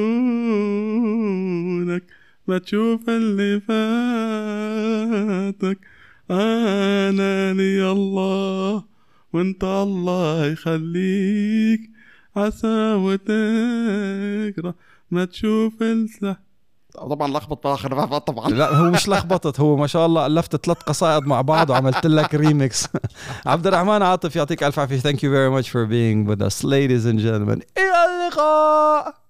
عيونك ما تشوف اللي فاتك. أنا لي الله وانت الله يخليك عسى وتكره ما تشوف السح. طبعا لخبط باخر طبعا. لا هو مش لخبطت هو ما شاء الله ألفت ثلاث قصائد مع بعض وعملت لك ريميكس. عبد الرحمن عاطف يعطيك ألف عافية. Thank you very much for being with us ladies and gentlemen. إلى اللقاء.